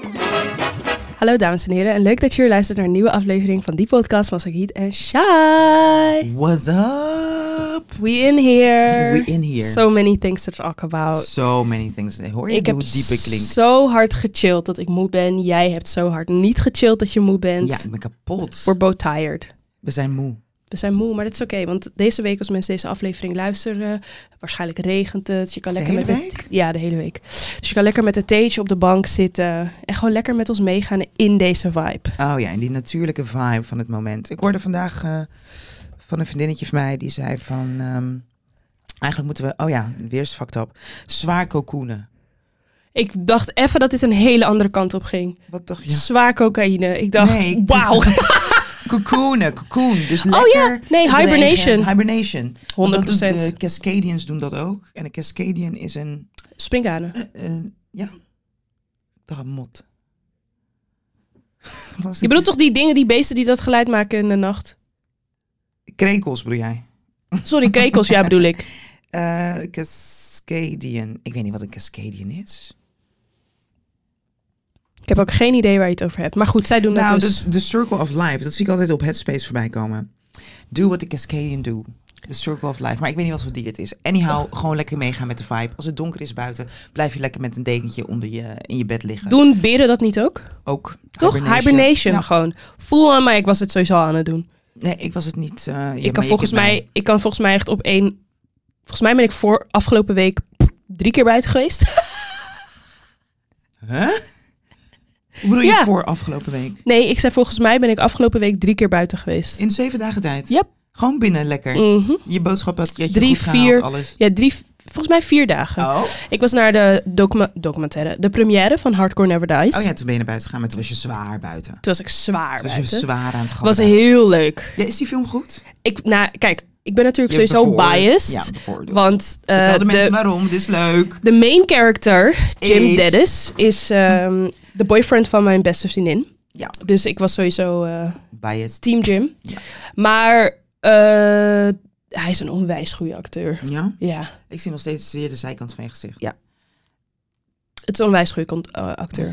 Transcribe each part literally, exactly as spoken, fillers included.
Hallo dames en heren en leuk dat je weer luistert naar een nieuwe aflevering van die podcast van Sagit en Shai. What's up? We in here. We in here. So many things to talk about. So many things. Hoor je ik hoe heb diep ik klink? zo hard gechilled dat ik moe ben. Jij hebt zo hard niet gechilled dat je moe bent. Ja, ik ben kapot. We're both tired. We zijn moe. We zijn moe, maar dat is oké. Okay, want deze week als mensen deze aflevering luisteren, waarschijnlijk regent het. Je kan lekker de hele met week? Het, ja, de hele week. Dus je kan lekker met een theetje op de bank zitten en gewoon lekker met ons meegaan in deze vibe. Oh ja, in die natuurlijke vibe van het moment. Ik hoorde vandaag uh, van een vriendinnetje van mij, die zei van... Um, eigenlijk moeten we... Oh ja, weer is fucked up. Zwaar cocoonen. Ik dacht even dat dit een hele andere kant op ging. Wat dacht je? Zwaar cocaïne. Ik dacht, nee, wauw. Cocoonen, cocoon. Dus lekker... Oh ja, nee, hibernation. Hibernation. honderd procent. Want dat doet, de Cascadians doen dat ook. En een Cascadian is een... Springhanen. Uh, uh, ja. Ik dacht een mot. Je bedoelt toch die dingen, die beesten die dat geluid maken in de nacht? Krekels bedoel jij? Sorry, krekels, ja bedoel ik. Uh, Cascadian. Ik weet niet wat een Cascadian is. Ik heb ook geen idee waar je het over hebt. Maar goed, zij doen nou, dat dus. Nou, de Circle of Life. Dat zie ik altijd op Headspace voorbij komen. Do what the Cascadian do. The Circle of Life. Maar ik weet niet wat voor dier het is. Anyhow, oh. gewoon lekker meegaan met de vibe. Als het donker is buiten, blijf je lekker met een dekentje onder je, in je bed liggen. Doen beren dat niet ook? Ook. Toch? Hibernation, Hibernation ja. Gewoon. Voel aan mij, ik was het sowieso aan het doen. Nee, ik was het niet. Uh, ja, ik, kan volgens mij, ik kan volgens mij echt op één... Volgens mij ben ik voor afgelopen week drie keer buiten geweest. Huh? Hoe bedoel je ja. voor afgelopen week? Nee, ik zei volgens mij ben ik afgelopen week drie keer buiten geweest. In zeven dagen tijd? Yep. Gewoon binnen, lekker. Mm-hmm. Je boodschap had je had drie, goed vier, gehaald, alles. Ja, drie, volgens mij vier dagen. Oh. Ik was naar de documa- documentaire, de première van Hardcore Never Dies. Oh ja, toen ben je naar buiten gegaan, maar toen was je zwaar buiten. Toen was ik zwaar toen buiten. was je zwaar aan het gaan. Was heel leuk. Ja, is die film goed? Ik, nou, kijk, ik ben natuurlijk je sowieso bevoor, biased. Ja, bevoordeeld. Want uh, vertel de, de mensen waarom, dit is leuk. De main character, Jim is... Dennis, is um, de boyfriend van mijn beste vriendin. Ja. Dus ik was sowieso uh, biased. Team Jim. Ja. Maar uh, hij is een onwijs goede acteur. Ja? Ja. Ik zie nog steeds weer de zijkant van je gezicht. Ja. Het is een onwijs goede uh, acteur.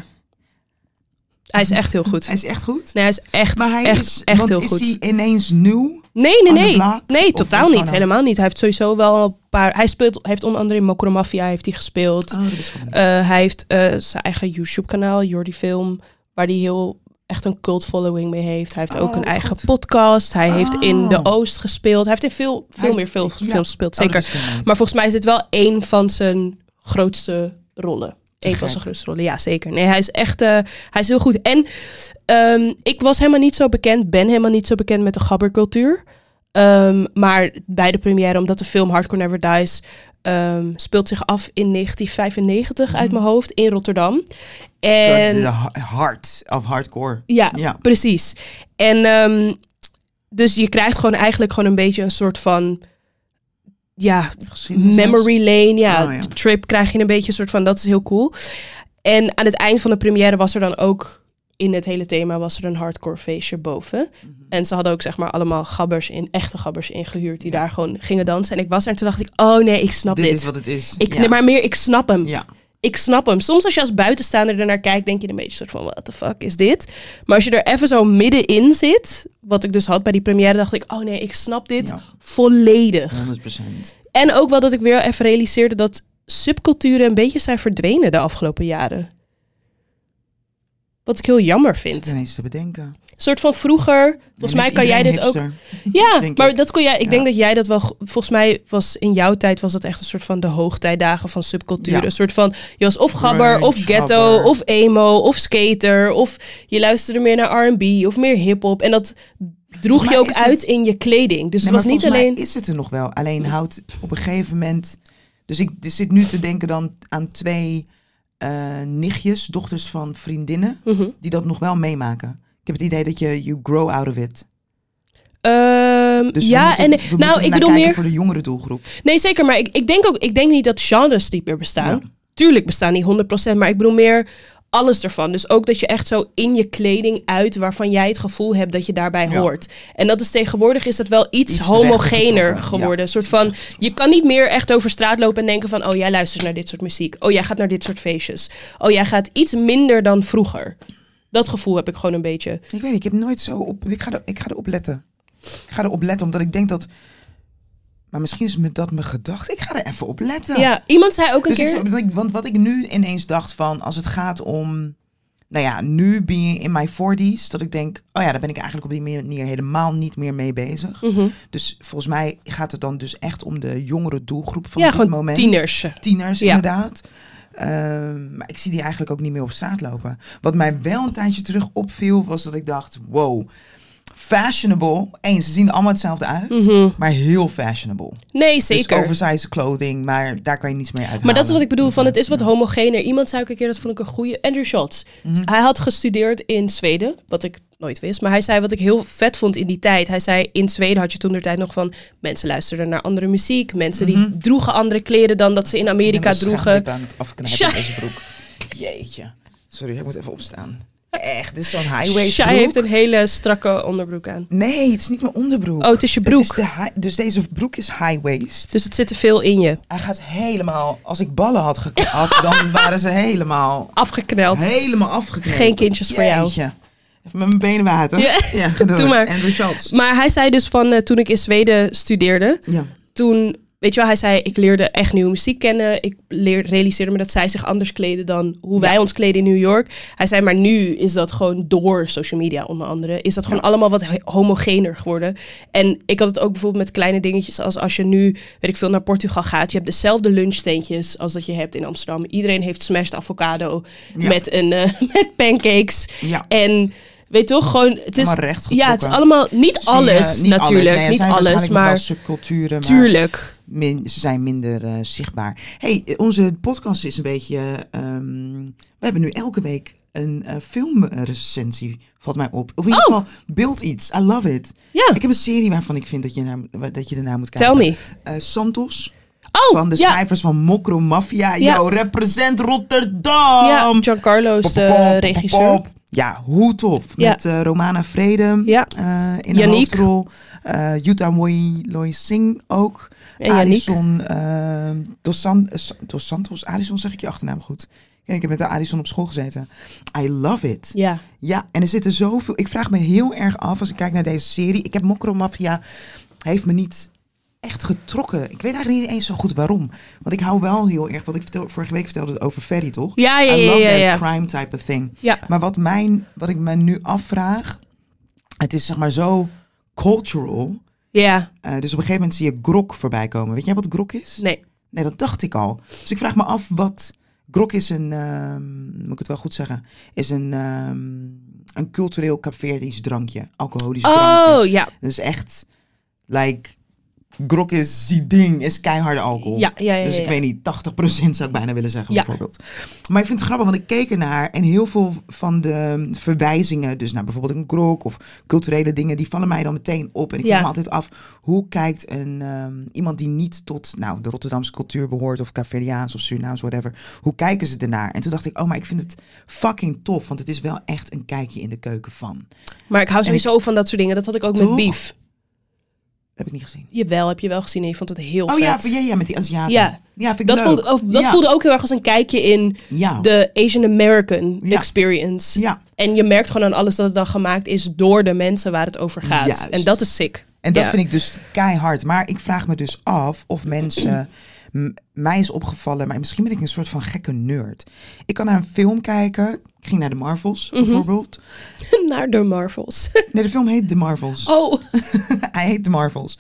Hij is echt heel goed. Hij is echt goed? Nee, hij is echt, maar hij echt, is, echt want heel is goed. Is hij ineens nieuw? Nee, nee, nee. Black, nee, totaal niet. Nou? Helemaal niet. Hij heeft sowieso wel een paar... Hij speelt, heeft onder andere in Mokro Mafia heeft hij gespeeld. Oh, dat is gewoon niet. Uh, hij heeft uh, zijn eigen YouTube-kanaal, Jordi Film, waar hij heel echt een cult following mee heeft. Hij heeft oh, ook een eigen goed. podcast. Hij oh. heeft in de Oost gespeeld. Hij heeft in veel, veel heeft, meer veel, ja. films gespeeld, zeker. Oh, maar volgens mij is het wel één van zijn grootste rollen. Een van zijn grootste rollen, ja zeker. Nee, hij is echt, uh, hij is heel goed. En um, ik was helemaal niet zo bekend, ben helemaal niet zo bekend met de gabbercultuur. Um, maar bij de première, omdat de film Hardcore Never Dies um, speelt zich af in negentien vijfennegentig mm. uit mijn hoofd in Rotterdam. En de hart of hardcore. Ja, ja. Precies. En um, dus je krijgt gewoon eigenlijk gewoon een beetje een soort van... Ja, memory lane, ja, oh, ja, trip krijg je een beetje een soort van, dat is heel cool. En aan het eind van de première was er dan ook, in het hele thema, was er een hardcore feestje boven. Mm-hmm. En ze hadden ook zeg maar allemaal gabbers, in, echte gabbers ingehuurd, die ja. daar gewoon gingen dansen. En ik was er en toen dacht ik, oh nee, ik snap dit. Dit is wat het is. Ik, ja. nee, maar meer, ik snap hem. Ja. Ik snap hem. Soms als je als buitenstaander ernaar kijkt, denk je een beetje soort van, what the fuck is dit? Maar als je er even zo middenin zit, wat ik dus had bij die première, dacht ik, oh nee, ik snap dit ja. volledig. honderd procent. En ook wel dat ik weer even realiseerde dat subculturen een beetje zijn verdwenen de afgelopen jaren. Wat ik heel jammer vind. Dat is ineens te bedenken. Een soort van vroeger, volgens mij kan jij dit hipster. ook... Ja, maar ik. dat kon jij. Ik ja. denk dat jij dat wel... Volgens mij was in jouw tijd was dat echt een soort van de hoogtijdagen van subculturen. Ja. Een soort van, je was of gabber, Grunge, of ghetto, gabber. Of emo, of skater, of je luisterde meer naar R en B, of meer hiphop. En dat droeg maar je ook uit het... in je kleding. Dus nee, het was niet alleen... Mij is het er nog wel. Alleen houdt op een gegeven moment... Dus ik zit nu te denken dan aan twee uh, nichtjes, dochters van vriendinnen, mm-hmm. die dat nog wel meemaken. Ik heb het idee dat je you grow out of it. Um, dus ja, moeten, en we nou, ik bedoel meer voor de jongere doelgroep. Nee, zeker, maar ik, ik denk ook, ik denk niet dat genres niet meer bestaan. Ja. Tuurlijk bestaan die honderd procent, maar ik bedoel meer alles ervan. Dus ook dat je echt zo in je kleding uit... waarvan jij het gevoel hebt dat je daarbij ja. hoort. En dat is tegenwoordig is dat wel iets, iets homogener geworden. Ja, een soort van, je kan niet meer echt over straat lopen en denken van... oh, jij luistert naar dit soort muziek. Oh, jij gaat naar dit soort feestjes. Oh, jij gaat iets minder dan vroeger. Dat gevoel heb ik gewoon een beetje. Ik weet niet, ik heb nooit zo op... Ik ga, er, ik ga erop letten. Ik ga erop letten, omdat ik denk dat... Maar misschien is me dat mijn gedachte. Ik ga er even op letten. Ja, iemand zei ook een dus keer... Ik, want wat ik nu ineens dacht van... Als het gaat om... Nou ja, nu being in my forties... Dat ik denk... Oh ja, daar ben ik eigenlijk op die manier helemaal niet meer mee bezig. Mm-hmm. Dus volgens mij gaat het dan dus echt om de jongere doelgroep van ja, dit moment. tieners. Tieners, ja. inderdaad. Um, maar ik zie die eigenlijk ook niet meer op straat lopen. Wat mij wel een tijdje terug opviel... was dat ik dacht... Wow... Fashionable. Eens, ze zien er allemaal hetzelfde uit. Mm-hmm. Maar heel fashionable. Nee, zeker. Dus oversized clothing, maar daar kan je niets meer uithalen. Maar dat is wat ik bedoel, van het is wat homogener. Iemand zei ook een keer, dat vond ik een goede... Andrew Schultz. Mm-hmm. Hij had gestudeerd in Zweden, wat ik nooit wist. Maar hij zei wat ik heel vet vond in die tijd. Hij zei, in Zweden had je toen de tijd nog van... mensen luisterden naar andere muziek. Mensen mm-hmm. die droegen andere kleren dan dat ze in Amerika ik droegen. Ik ben aan het afknijpen in deze broek. Jeetje. Sorry, ik moet even opstaan. Echt, dit is zo'n high-waist Shai broek. Heeft een hele strakke onderbroek aan. Nee, het is niet mijn onderbroek. Oh, het is je broek. Het is de hi- dus deze broek is high-waist. Dus het zit te veel in je. Hij gaat helemaal... Als ik ballen had gehad, dan waren ze helemaal... Afgekneld. Helemaal afgekneld. Geen kindjes voor jou. Jeetje. Even met mijn benen water. Ja, ja doe maar. Andrew Schultz. Maar hij zei dus van, uh, toen ik in Zweden studeerde... Ja. Toen... Weet je wel, hij zei, ik leerde echt nieuwe muziek kennen. Ik leer, realiseerde me dat zij zich anders kleden dan hoe ja. wij ons kleden in New York. Hij zei, maar nu is dat gewoon door social media onder andere. Is dat gewoon ja. allemaal wat homogener geworden. En ik had het ook bijvoorbeeld met kleine dingetjes als als je nu, weet ik veel, naar Portugal gaat. Je hebt dezelfde lunchtentjes als dat je hebt in Amsterdam. Iedereen heeft smashed avocado ja. met, een, uh, met pancakes. Ja. En... Weet toch, gewoon... Het is, ja, het is allemaal... Niet Zie, alles, uh, niet natuurlijk. Alles. Nee, niet alles, maar... subculturen, maar tuurlijk. Min, ze zijn minder uh, zichtbaar. Hey, onze podcast is een beetje... Um, we hebben nu elke week een uh, filmrecensie, valt mij op. Of in ieder oh. geval, beeld iets. I love it. Ja. Ik heb een serie waarvan ik vind dat je, naar, dat je ernaar moet kijken. Tell me. Uh, Santos. Oh, van de ja. schrijvers van Mokro Mafia. Ja. Yo, represent Rotterdam. Ja, Giancarlo is de pop, pop, regisseur. Pop, pop. Ja, hoe tof. Ja. Met uh, Romana Vrede ja. uh, in de hoofdrol. Uh, Yuta Moy Singh ook. En Addison uh, Dos, San, uh, Dos Santos. Addison, zeg ik je achternaam goed? Ja, ik heb met de Addison op school gezeten. I love it. Ja. Ja, en er zitten zoveel... Ik vraag me heel erg af als ik kijk naar deze serie. Ik heb Mokro Mafia... Heeft me niet... echt getrokken. Ik weet eigenlijk niet eens zo goed waarom. Want ik hou wel heel erg... Wat ik vertel, vorige week vertelde over Ferry, toch? Ja, ja, ja. I love ja, that ja. crime type of thing. Ja. Maar wat, mijn, wat ik me nu afvraag... Het is zeg maar zo cultural. Ja. Uh, dus op een gegeven moment zie je grok voorbij komen. Weet jij wat grok is? Nee. Nee, dat dacht ik al. Dus ik vraag me af wat... Grok is een... Um, moet ik het wel goed zeggen? Is een... Um, een cultureel Kaapverdisch drankje. Alcoholisch oh, drankje. Oh, ja. Dus echt... Like... Grok is die ding, is keiharde alcohol. Ja, ja, ja, ja. Dus ik ja. weet niet, tachtig procent zou ik bijna willen zeggen, ja. bijvoorbeeld. Maar ik vind het grappig, want ik keek ernaar en heel veel van de verwijzingen, dus naar bijvoorbeeld een grok of culturele dingen, die vallen mij dan meteen op. En ik ja. vraag me altijd af, hoe kijkt een, um, iemand die niet tot nou, de Rotterdamse cultuur behoort, of Kaapverdiaans of Surinaams, whatever, hoe kijken ze ernaar? En toen dacht ik, oh, maar ik vind het fucking tof, want het is wel echt een kijkje in de keuken van. Maar ik hou sowieso ik, van dat soort dingen, dat had ik ook toch? Met Beef. Heb ik niet gezien. Jawel, heb je wel gezien en je vond het heel oh, vet. Oh ja, ja, ja, met die Aziaten. Ja, ja vind ik dat, leuk. vond, of, dat ja. voelde ook heel erg als een kijkje in ja. de Asian American ja. experience. Ja. En je merkt gewoon aan alles dat het dan gemaakt is door de mensen waar het over gaat. Juist. En dat is sick. En dat ja. vind ik dus keihard. Maar ik vraag me dus af of mensen... m- mij is opgevallen, maar misschien ben ik een soort van gekke nerd. Ik kan naar een film kijken. Ik ging naar de Marvels, mm-hmm. bijvoorbeeld. Naar de Marvels. Nee, de film heet The Marvels. Oh. Hij heet The Marvels.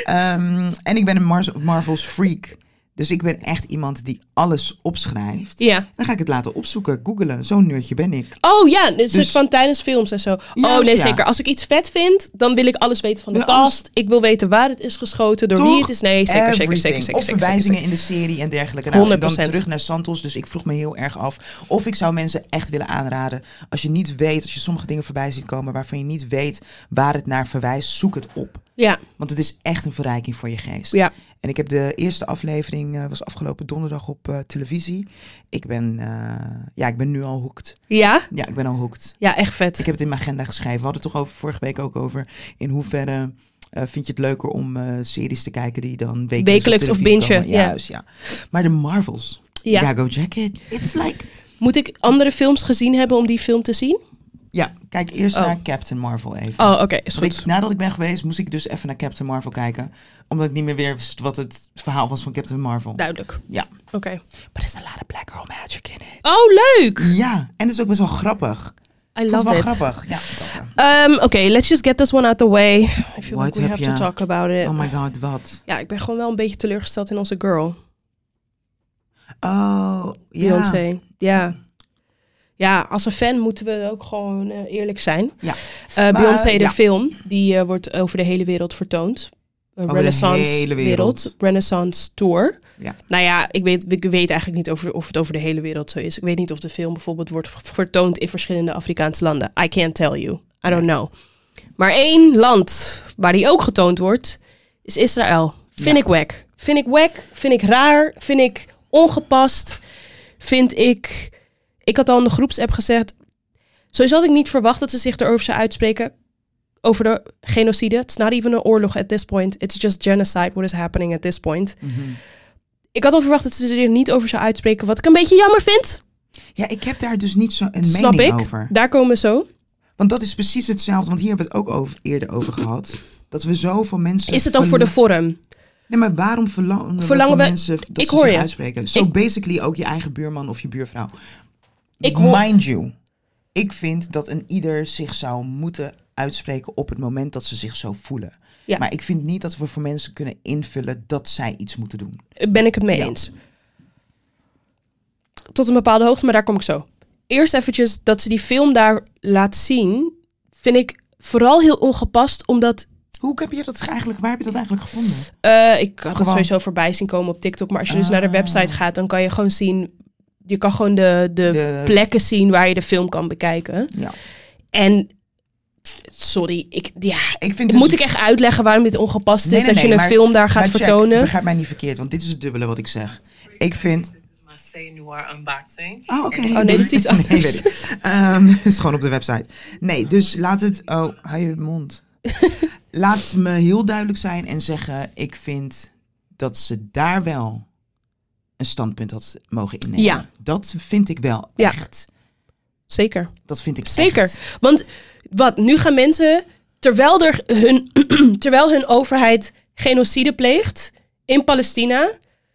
Um, en ik ben een Mar- Marvels freak. Dus ik ben echt iemand die alles opschrijft. Ja. Dan ga ik het laten opzoeken, googelen. Zo'n nerdje ben ik. Oh ja, dus, dus van tijdens films en zo. Oh nee, ja. zeker. Als ik iets vet vind, dan wil ik alles weten van de ja, cast. alles... Ik wil weten waar het is geschoten, door Toch? wie het is. Nee, zeker, zeker, zeker, zeker. Of verwijzingen in de serie en dergelijke. Nou, en dan terug naar Santos. Dus ik vroeg me heel erg af of ik zou mensen echt willen aanraden. Als je niet weet, als je sommige dingen voorbij ziet komen waarvan je niet weet waar het naar verwijst, zoek het op. Ja. Want het is echt een verrijking voor je geest. Ja. En ik heb de eerste aflevering, uh, was afgelopen donderdag op uh, televisie. Ik ben, uh, ja, ik ben nu al hooked. Ja? Ja, ik ben al hooked. Ja, echt vet. Ik heb het in mijn agenda geschreven. We hadden het toch over vorige week ook over in hoeverre uh, vind je het leuker om uh, series te kijken die dan wekelijks, wekelijks of bingen. Ja, dus, ja. Maar de Marvels, ja. ja, go check it. It's like... Moet ik andere films gezien hebben om die film te zien? Ja, kijk eerst oh. naar Captain Marvel even. Oh, oké, okay, is goed. Ik, nadat ik ben geweest, moest ik dus even naar Captain Marvel kijken. Omdat ik niet meer weer wist wat het verhaal was van Captain Marvel. Duidelijk. Ja. Oké. Okay. But there's a lot of black girl magic in it. Oh, leuk! Ja, en het is ook best wel grappig. I ik love vond het wel it. grappig. Ja, um, Oké, okay, let's just get this one out the way. I feel what like we have je? to talk about it. Oh my god, wat? Ja, ik ben gewoon wel een beetje teleurgesteld in onze girl. Oh, ja. Beyoncé. Ja. Ja, als een fan moeten we ook gewoon uh, eerlijk zijn. Ja. Uh, Beyoncé, de ja. film, die uh, wordt over de hele wereld vertoond. Uh, Renaissance de hele wereld. wereld. Renaissance Tour. Ja. Nou ja, ik weet, ik weet eigenlijk niet over, of het over de hele wereld zo is. Ik weet niet of de film bijvoorbeeld wordt vertoond in verschillende Afrikaanse landen. I can't tell you. I don't know. Maar één land waar die ook getoond wordt, is Israël. Vind ja. ik wack. Vind ik wack. Vind ik raar. Vind ik ongepast. Vind ik... Ik had al in de groepsapp gezegd... Sowieso had ik niet verwacht dat ze zich erover zou uitspreken. Over de genocide. It's not even een oorlog at this point. It's just genocide what is happening at this point. Mm-hmm. Ik had al verwacht dat ze er niet over zou uitspreken. Wat ik een beetje jammer vind. Ja, ik heb daar dus niet zo een Snap mening ik. over. Daar komen we zo. Want dat is precies hetzelfde. Want hier hebben we het ook over, eerder over gehad. Dat we zoveel mensen... Is het dan voor de vorm? Nee, maar waarom verlangen, verlangen we we mensen dat ik ze hoor zich je. uitspreken? Zo so basically ook je eigen buurman of je buurvrouw. Ik hoor... Mind you, ik vind dat een ieder zich zou moeten uitspreken op het moment dat ze zich zo voelen. Ja. Maar ik vind niet dat we voor mensen kunnen invullen dat zij iets moeten doen. Ben ik het mee ja. eens. Tot een bepaalde hoogte, maar daar kom ik zo. Eerst eventjes dat ze die film daar laat zien, vind ik vooral heel ongepast, omdat... Hoe heb je dat eigenlijk, waar heb je dat eigenlijk gevonden? Uh, ik had het sowieso voorbij zien komen op TikTok, maar als je dus uh. naar de website gaat, dan kan je gewoon zien... Je kan gewoon de, de, de plekken zien waar je de film kan bekijken. Ja. En sorry, ik, ja, ik vind moet dus... ik echt uitleggen waarom dit ongepast is nee, nee, dat nee, je een maar, film daar gaat check, vertonen? Begrijp mij niet verkeerd, want dit is het dubbele wat ik zeg. Ik vind... Oh, oké. Okay. Oh nee, dat is iets anders. Nee, um, het is gewoon op de website. Nee, dus laat het... Oh, hou je mond. Laat me heel duidelijk zijn en zeggen... Ik vind dat ze daar wel... een standpunt had mogen innemen. Ja. Dat vind ik wel ja. echt. Zeker. Dat vind ik Zeker. echt. Want wat, nu gaan mensen, terwijl, er hun, terwijl hun overheid genocide pleegt in Palestina,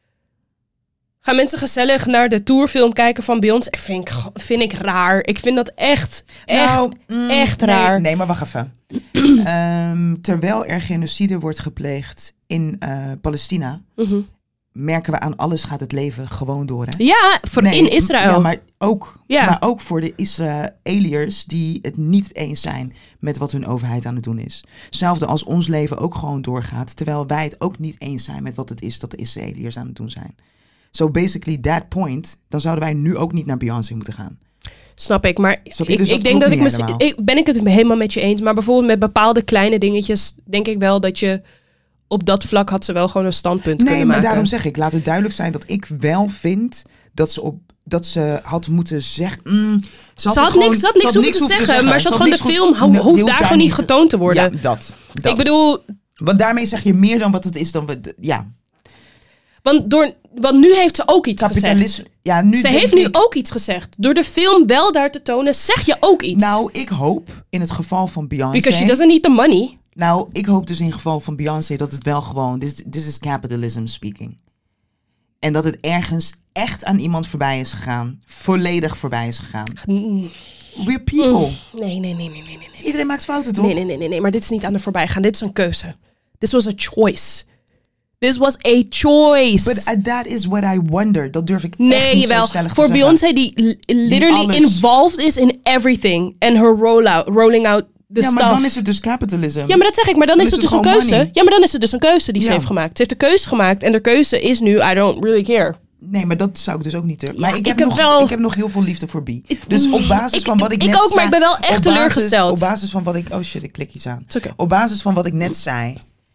gaan mensen gezellig naar de tourfilm kijken van Beyoncé. Vind ik, vind ik raar. Ik vind dat echt, echt, nou, mm, echt raar. Nee, nee, maar wacht even. um, terwijl er genocide wordt gepleegd in uh, Palestina... Mm-hmm. merken we aan alles gaat het leven gewoon door. Hè? Ja, voor nee, in Israël. Ja, maar ook, ja. maar ook voor de Israëliërs die het niet eens zijn met wat hun overheid aan het doen is. Hetzelfde als ons leven ook gewoon doorgaat, terwijl wij het ook niet eens zijn met wat het is dat de Israëliërs aan het doen zijn. So basically that point, dan zouden wij nu ook niet naar Beyoncé moeten gaan. Snap ik, maar Snap ik, dus ik denk dat ik, mis, ik ben ik het helemaal met je eens. Maar bijvoorbeeld met bepaalde kleine dingetjes denk ik wel dat je op dat vlak had ze wel gewoon een standpunt nee, kunnen maken. Nee, maar daarom zeg ik, laat het duidelijk zijn dat ik wel vind dat ze op dat ze had moeten zeggen. Mm, ze had, ze had gewoon, niks, ze had niks, ze had niks niks te zeggen, zeggen, maar ze had gewoon de goed, film ho- hoeft daar gewoon niet getoond te worden. Ja, dat, dat. Ik bedoel, want daarmee zeg je meer dan wat het is dan wat. Ja. Want door, want nu heeft ze ook iets gezegd. Ja, nu ze heeft nu ik, ook iets gezegd. Door de film wel daar te tonen, zeg je ook iets. Nou, ik hoop in het geval van Beyoncé. Because she doesn't need the money. Nou, ik hoop dus in het geval van Beyoncé dat het wel gewoon... This, this is capitalism speaking. En dat het ergens echt aan iemand voorbij is gegaan. Volledig voorbij is gegaan. Mm. We're people. Mm. Nee, nee, nee, nee, nee, nee. Iedereen maakt fouten, toch? Nee, nee, nee, nee, nee, maar dit is niet aan de voorbij gaan. Dit is een keuze. This was a choice. This was a choice. But uh, that is what I wonder. Dat durf ik nee, echt niet jawel. zo stellig Voor te Beyoncé die literally die involved is in everything. And her rollout, rolling out the ja, stuff. maar dan is het dus capitalism. Ja, maar dat zeg ik. Maar dan, dan is het dus een keuze. Money. Ja, maar dan is het dus een keuze die ja. ze heeft gemaakt. Ze heeft een keuze gemaakt. En de keuze is nu, I don't really care. Nee, maar dat zou ik dus ook niet doen. Ja, maar ik, ik heb heb nog, wel... ik heb nog heel veel liefde voor B. Dus op basis ik, van wat ik, ik net ook, zei... maar ik ben wel echt op teleurgesteld. Basis, op basis van wat ik... Oh shit, ik klik iets aan. Okay. Op basis van wat ik net zei...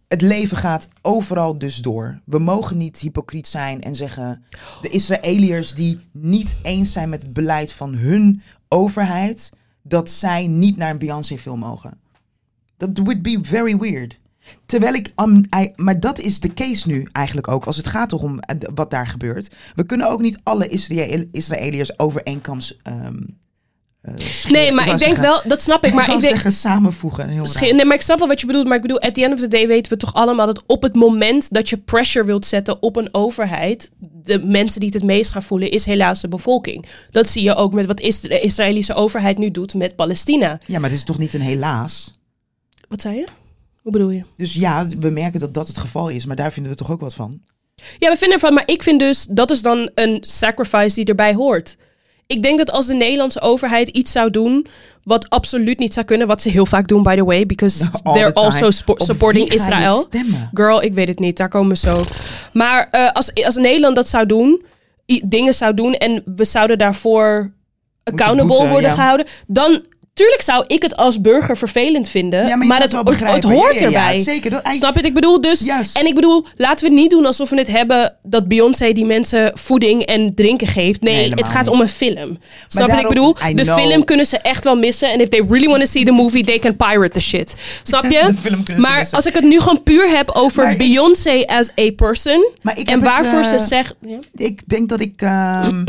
het leven gaat overal dus door. We mogen niet hypocriet zijn en zeggen... de Israëliërs die niet eens zijn met het beleid van hun overheid... dat zij niet naar een Beyoncé-film mogen. Dat would be very weird. Terwijl ik... Um, I, maar dat is de case nu eigenlijk ook. Als het gaat toch om uh, wat daar gebeurt. We kunnen ook niet alle Israël, Israëliërs overeenkomst... Um, Uh, nee, maar ik, ik denk zeggen, wel, dat snap ik. Maar ik ik denk zeggen samenvoegen. Heel sche- nee, maar ik snap wel wat je bedoelt. Maar ik bedoel, at the end of the day weten we toch allemaal dat op het moment dat je pressure wilt zetten op een overheid, de mensen die het het meest gaan voelen, is helaas de bevolking. Dat zie je ook met wat is de Israëlische overheid nu doet met Palestina. Ja, maar dit is toch niet een helaas? Wat zei je? Hoe bedoel je? Dus ja, we merken dat dat het geval is, maar daar vinden we toch ook wat van? Ja, we vinden ervan, maar ik vind dus, dat is dan een sacrifice die erbij hoort. Ik denk dat als de Nederlandse overheid iets zou doen wat absoluut niet zou kunnen, wat ze heel vaak doen, by the way, because no, they're the also spo- supporting Israel. Girl, ik weet het niet, daar komen we zo. Maar uh, als, als Nederland dat zou doen, i- dingen zou doen en we zouden daarvoor accountable boeten, worden ja. gehouden, dan... Tuurlijk zou ik het als burger vervelend vinden, ja, maar, maar het, het, het hoort ja, ja, erbij. Ja, zeker. Dat, Snap je? Ik bedoel dus... Yes. En ik bedoel, laten we het niet doen alsof we het hebben dat Beyoncé die mensen voeding en drinken geeft. Nee, nee het gaat niet om een film. Snap je? Ik bedoel, I de know. film kunnen ze echt wel missen. En if they really want to see the movie, they can pirate the shit. Snap je? Maar als ik het nu gewoon puur heb over maar Beyoncé ik, as a person. En waarvoor het, uh, ze zegt... Ja? Ik denk dat ik... Um,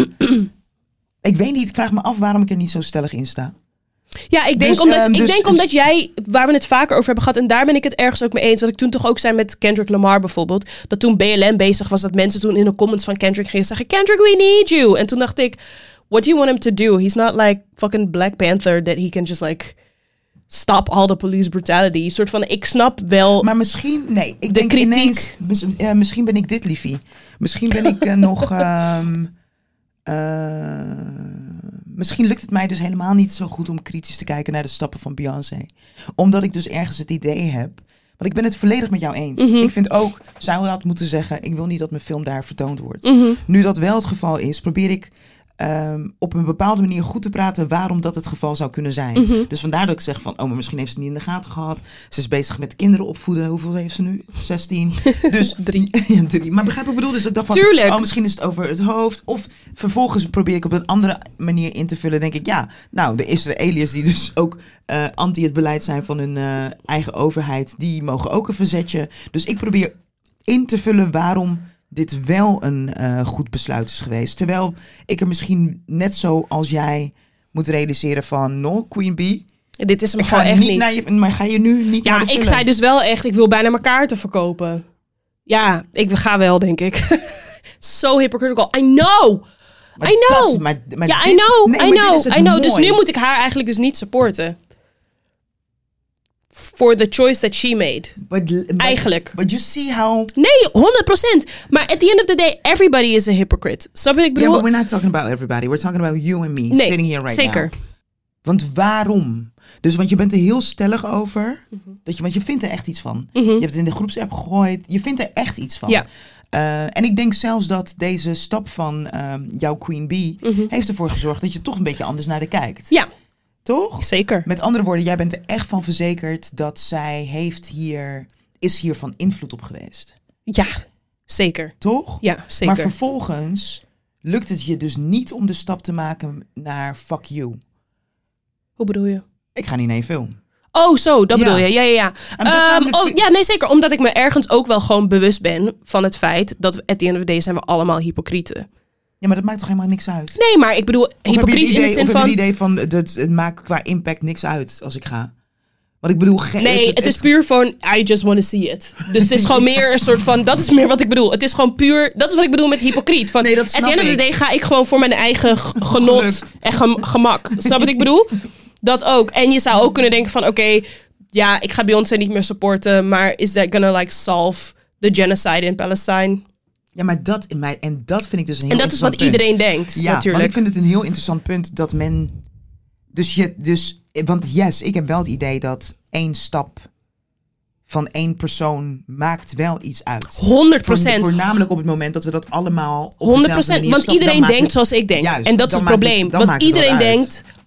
ik weet niet, ik vraag me af waarom ik er niet zo stellig in sta. Ja, ik denk, dus, omdat, um, ik dus, denk dus, omdat jij, waar we het vaker over hebben gehad, en daar ben ik het ergens ook mee eens, wat ik toen toch ook zei met Kendrick Lamar bijvoorbeeld, dat toen B L M bezig was, dat mensen toen in de comments van Kendrick gingen zeggen, Kendrick, we need you. En toen dacht ik, what do you want him to do? He's not like fucking Black Panther that he can just like stop all the police brutality. Een soort van, ik snap wel. Maar misschien, nee, ik de denk kritiek. Ineens, mis, uh, misschien ben ik dit liefie. Misschien ben ik uh, nog... Um, uh, Misschien lukt het mij dus helemaal niet zo goed om kritisch te kijken naar de stappen van Beyoncé. Omdat ik dus ergens het idee heb... Want ik ben het volledig met jou eens. Mm-hmm. Ik vind ook, zou had moeten zeggen... ik wil niet dat mijn film daar vertoond wordt. Mm-hmm. Nu dat wel het geval is, probeer ik... Um, op een bepaalde manier goed te praten waarom dat het geval zou kunnen zijn. Mm-hmm. Dus vandaar dat ik zeg van... oh, maar misschien heeft ze het niet in de gaten gehad. Ze is bezig met kinderen opvoeden. Hoeveel heeft ze nu? zestien. Dus drie. Ja, drie. Maar begrijp ik bedoel? Dus ik dacht van... Tuurlijk. oh, misschien is het over het hoofd. Of vervolgens probeer ik op een andere manier in te vullen. Denk ik, ja, nou, de Israëliërs die dus ook uh, anti het beleid zijn van hun uh, eigen overheid... die mogen ook een verzetje. Dus ik probeer in te vullen waarom... dit wel een uh, goed besluit is geweest. Terwijl ik er misschien net zo als jij moet realiseren van... no, Queen Bee. Dit is hem gewoon echt niet. Naar je, maar ga je nu niet ja, naar de film? Ik zei dus wel echt, ik wil bijna mijn kaarten verkopen. Ja, ik ga wel, denk ik. So hypocritical. I know. Maar I know. Dat, maar, maar ja, dit, I know. Nee, I know. I know. Mooi. Dus nu moet ik haar eigenlijk dus niet supporten. For the choice that she made. But, but, Eigenlijk. But you see how... Nee, honderd procent. Maar at the end of the day, everybody is a hypocrite. Snap je wat ik bedoel? Yeah, but we're not talking about everybody. We're talking about you and me. Nee, sitting here right zeker. now. Want waarom? Dus want je bent er heel stellig over. Mm-hmm. Dat je, want je vindt er echt iets van. Mm-hmm. Je hebt het in de groepsapp gegooid. Je vindt er echt iets van. Ja. Uh, en ik denk zelfs dat deze stap van uh, jouw Queen Bee... Mm-hmm. heeft ervoor gezorgd dat je toch een beetje anders naar de kijkt. Ja. Toch? Zeker. Met andere woorden, jij bent er echt van verzekerd dat zij heeft hier, is hier van invloed op geweest. Ja, zeker. Toch? Ja, zeker. Maar vervolgens lukt het je dus niet om de stap te maken naar fuck you. Hoe bedoel je? Ik ga niet naar je film. Oh, zo, dat ja. bedoel je. Ja, ja, ja. Um, oh, ja, nee, zeker. Omdat ik me ergens ook wel gewoon bewust ben van het feit dat at the end of the day zijn we allemaal hypocrieten. Ja, maar dat maakt toch helemaal niks uit? Nee, maar ik bedoel, hypocriet in de zin of van... Of heb je het idee van, het, het maakt qua impact niks uit als ik ga? Want ik bedoel... Ge- nee, het, het, het is puur van, I just want to see it. Dus het is gewoon meer een soort van, dat is meer wat ik bedoel. Het is gewoon puur, dat is wat ik bedoel met hypocriet. Van, nee, dat snap at the end of the day ga ik gewoon voor mijn eigen g- genot Geluk. en gem- gemak. Snap wat ik bedoel? Dat ook. En je zou ook kunnen denken van, oké, okay, ja, ik ga Beyoncé niet meer supporten, maar is that gonna like solve the genocide in Palestine? Ja, maar dat, en dat vind ik dus een heel En dat is wat punt. iedereen denkt, ja, natuurlijk. Want ik vind het een heel interessant punt dat men... Dus je, dus, want yes, ik heb wel het idee dat één stap van één persoon maakt wel iets uit. honderd procent. Voornamelijk op het moment dat we dat allemaal op honderd procent, want iedereen denkt zoals ik denk. Juist, en dat is het probleem. Het, want iedereen denkt,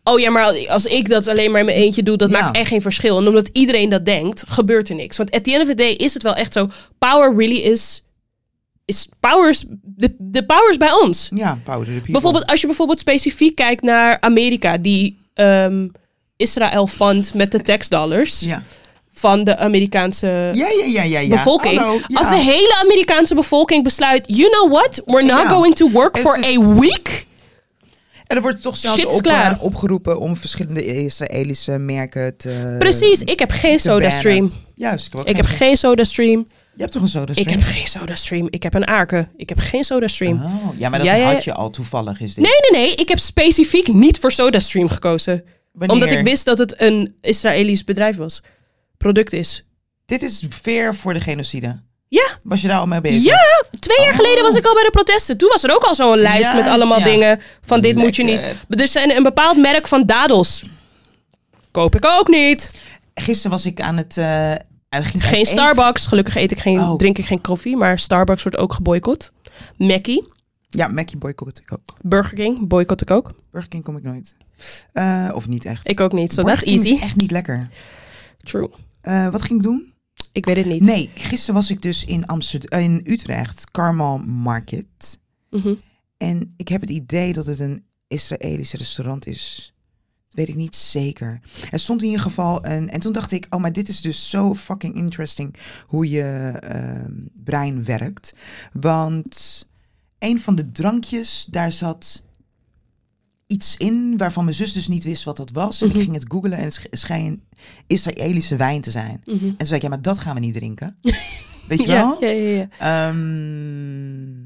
oh ja, maar als ik dat alleen maar in mijn eentje doe, dat Ja. maakt echt geen verschil. En omdat iedereen dat denkt, gebeurt er niks. Want at the end of the day is het wel echt zo, power really is, is powers, de, de powers bij ons. Ja, power to the people. Bijvoorbeeld, als je bijvoorbeeld specifiek kijkt naar Amerika, die um, Israël fundt met de taxdollars. Ja. Van de Amerikaanse ja, ja, ja, ja, ja. bevolking. Hallo, ja. Als de hele Amerikaanse bevolking besluit, you know what, we're not Ja. going to work En for ze- a week. En er wordt toch zelfs Shit is op, klaar. uh, opgeroepen om verschillende Israëlische merken te... Precies, ik heb geen te bannen. SodaStream. Juist. Ik, heb ook Ik heb geen... geen SodaStream. Je hebt toch een SodaStream? Ik heb geen SodaStream. Ik heb een Aken. Ik heb geen SodaStream. Oh, ja, maar dat Ja, ja, ja. had je al toevallig, is dit. Nee, nee, nee. Ik heb specifiek niet voor SodaStream gekozen. Wanneer? Omdat ik wist dat het een Israëlisch bedrijf was. Product is. Dit is fair voor de genocide. Ja. Was je daar al mee bezig? Ja, twee jaar Oh. geleden was ik al bij de protesten. Toen was er ook al zo'n lijst Juist, met allemaal ja. dingen van dit moet je Lekker. niet. Dus een, een bepaald merk van dadels. Koop ik ook niet. Gisteren was ik aan het... Uh, ging Geen Starbucks. Gelukkig eet ik geen, Oh. drink ik geen koffie. Maar Starbucks wordt ook geboycott. Mackie. Ja, Mackie boycott ik ook. Burger King boycott ik ook. Burger King kom ik nooit. Uh, of niet echt. Ik ook niet. So Burger that's King easy. is echt niet lekker. True. Uh, wat ging ik doen? Ik weet het niet. Nee, gisteren was ik dus in, Amsterdam, in Utrecht, Carmel Market. Mm-hmm. En ik heb het idee dat het een Israëlisch restaurant is. Dat weet ik niet zeker. Er stond in ieder geval een... En toen dacht ik, oh, maar dit is dus zo fucking interesting hoe je uh, brein werkt. Want een van de drankjes, daar zat iets in waarvan mijn zus dus niet wist wat dat was. En Mm-hmm. ik ging het googlen en het schijnt Israëlische wijn te zijn. Mm-hmm. En toen zei ik, ja, maar dat gaan we niet drinken. Weet je Ja, wel? ja, ja, ja. Um,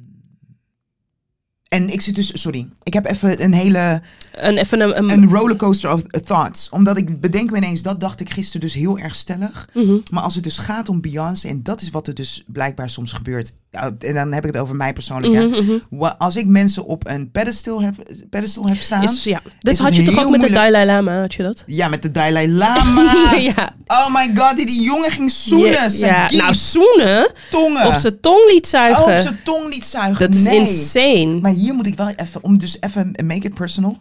en ik zit dus, sorry, ik heb even een hele, Een, even een... een, een rollercoaster of thoughts. Omdat ik bedenk me ineens, dat dacht ik gisteren dus heel erg stellig. mm-hmm. Maar als het dus gaat om Beyoncé, en dat is wat er dus blijkbaar soms gebeurt. En dan heb ik het over mij persoonlijk. Mm-hmm, Hè. mm-hmm. Als ik mensen op een pedestal heb, pedestal heb staan. Is, ja. Dat is had het je toch heel ook met de moeilijk- Dalai Lama, had je dat? Ja, met de Dalai Lama. ja. Oh my god, die, die jongen ging zoenen. Ja, Zijn ja. giet, Nou, zoenen. tongen. Op zijn tong liet zuigen. Oh, op zijn tong liet zuigen. Dat is Nee. insane. Maar hier moet ik wel even, om dus even make it personal.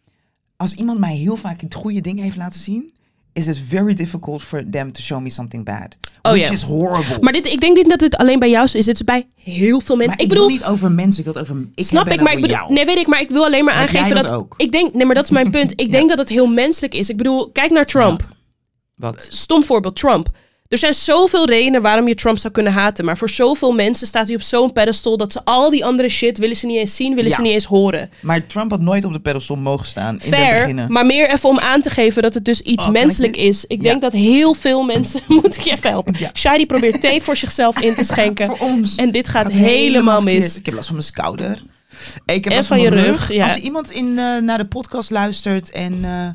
Als iemand mij heel vaak het goede ding heeft laten zien, is it very difficult for them to show me something bad. Oh, which ja. is horrible. Maar dit, ik denk niet dat het alleen bij jou zo is. Dit is bij heel veel mensen. Maar ik, ik bedoel, wil niet over mensen, ik wil het over... Ik snap ben ik, maar ik over bedoel... jou. Nee, weet ik, maar ik wil alleen maar Heb jij aangeven dat dat... ook? Ik denk... Nee, maar dat is mijn punt. Ik Ja. denk dat het heel menselijk is. Ik bedoel, kijk naar Trump. Wat? Stom voorbeeld, Trump. Er zijn zoveel redenen waarom je Trump zou kunnen haten. Maar voor zoveel mensen staat hij op zo'n pedestal dat ze al die andere shit willen ze niet eens zien, willen Ja. ze niet eens horen. Maar Trump had nooit op de pedestal mogen staan in het Fair, begin. maar meer even om aan te geven dat het dus iets Oh, kan ik menselijk dit? is. Ik Ja. denk dat heel veel mensen... Moet ik je even helpen? Ja. Shadi probeert thee voor zichzelf in te schenken. Voor ons. En dit gaat, Gaat helemaal mis. verkeerd. Ik heb last van mijn schouder. Ik heb En last van van je mijn rug, rug. ja. Als iemand in, uh, naar de podcast luistert en uh,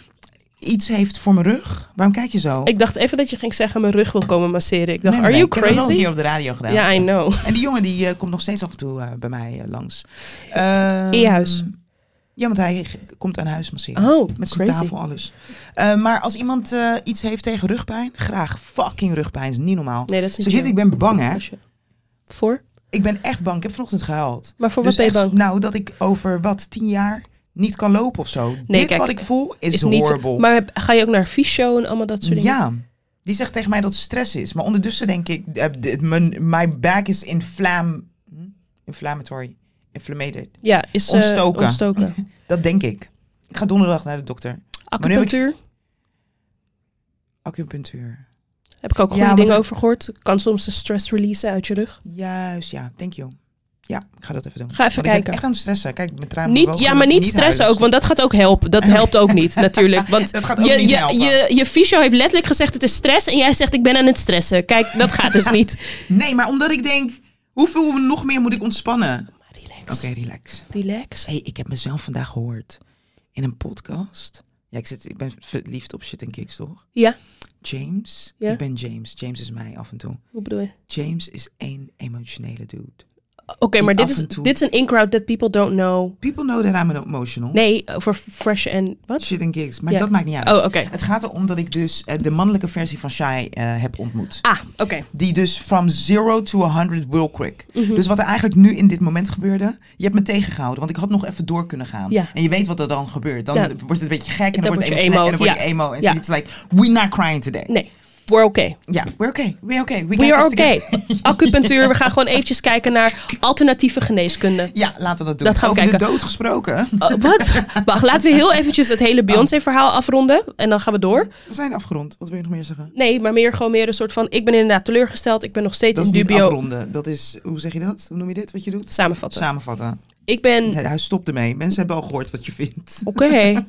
iets heeft voor mijn rug, waarom kijk je zo? Ik dacht even dat je ging zeggen mijn rug wil komen masseren. Ik dacht, Nee, are nee, you ik heb dat wel een crazy? keer op de radio gedaan. Ja, I know. En die jongen die uh, komt nog steeds af en toe uh, bij mij uh, langs. Uh, In je huis? Ja, want hij g- komt aan huis masseren. Oh, Met zijn crazy. tafel, alles. Uh, maar als iemand uh, iets heeft tegen rugpijn, graag. Fucking rugpijn, is niet normaal. Nee, dat is niet Zo zit, chill. ik ben bang, hè. Voor? Ik ben echt bang. Ik heb vanochtend gehuild. Maar voor Dus wat ben je echt, bang? Nou, dat ik over wat, tien jaar niet kan lopen of zo. Nee, Dit kijk, wat ik voel is, Is niet, horrible. maar heb- ga je ook naar fysio en allemaal dat soort dingen? Ja, die zegt tegen mij dat het stress is. Maar ondertussen denk ik, uh, dit- mijn my back is inflam, hm? inflammatory, inflamed. Ja, is uh, Ontstoken. ontstoken. Dat denk ik. Ik ga donderdag naar de dokter. Acupunctuur? Acupunctuur. Heb ik ook Ja, goede want dingen het- over gehoord. Kan soms de stress releasen uit je rug. Juist, ja. Thank you. Ja, ik ga dat even doen. Ga even Want ik kijken. ben echt aan het stressen. Kijk, mijn traan Niet, ja, maar niet stressen ook, want dat gaat ook helpen. Dat helpt ook niet, natuurlijk. Want Dat gaat ook je, niet je, helpen. je, je fysio heeft letterlijk gezegd het is stress en jij zegt ik ben aan het stressen. Kijk, dat gaat dus niet. Nee, maar omdat ik denk, hoeveel nog meer moet ik ontspannen? Relax. Oké, okay, relax. Relax. Hey, ik heb mezelf vandaag gehoord in een podcast. Ja, ik, zit, ik ben verliefd op Shit and Kicks, toch? Ja, James. Ja. Ik ben James. James is mij af en toe. hoe bedoel je? James is één emotionele dude. Oké, okay, maar dit is, dit is een in-crowd that people don't know. People know that I'm emotional. Nee, voor Fresh en wat? Shit and gigs. Maar yeah. dat maakt niet uit. Oh, oké. Okay. Het gaat erom dat ik dus uh, de mannelijke versie van Shai uh, heb ontmoet. Ah, oké. Okay. Die dus from zero to a hundred will quick. Mm-hmm. Dus wat er eigenlijk nu in dit moment gebeurde, je hebt me tegengehouden, want ik had nog even door kunnen gaan. Ja. En je weet wat er dan gebeurt. Dan ja. wordt het een beetje gek en dan, dan wordt het emo. En dan word je ja. emo. En ja. so it's like, we're not crying today. Nee. We're okay. Ja, we're okay. We're okay. We, we are okay. Acupunctuur. We gaan gewoon eventjes kijken naar alternatieve geneeskunde. Ja, laten we dat doen. Dat gaan we Over kijken. de dood gesproken. Uh, wat? Wacht, laten we heel eventjes het hele Beyoncé-verhaal afronden. En dan gaan we door. We zijn afgerond. Wat wil je nog meer zeggen? Nee, maar meer gewoon meer een soort van... Ik ben inderdaad teleurgesteld. Ik ben nog steeds dat in dubio. Dat is niet afronden. Dat is... Hoe zeg je dat? Hoe noem je dit? Wat je doet? Samenvatten. Samenvatten. Ik ben... Nee, hij stopt ermee. Mensen hebben al gehoord wat je vindt. Oké. Okay.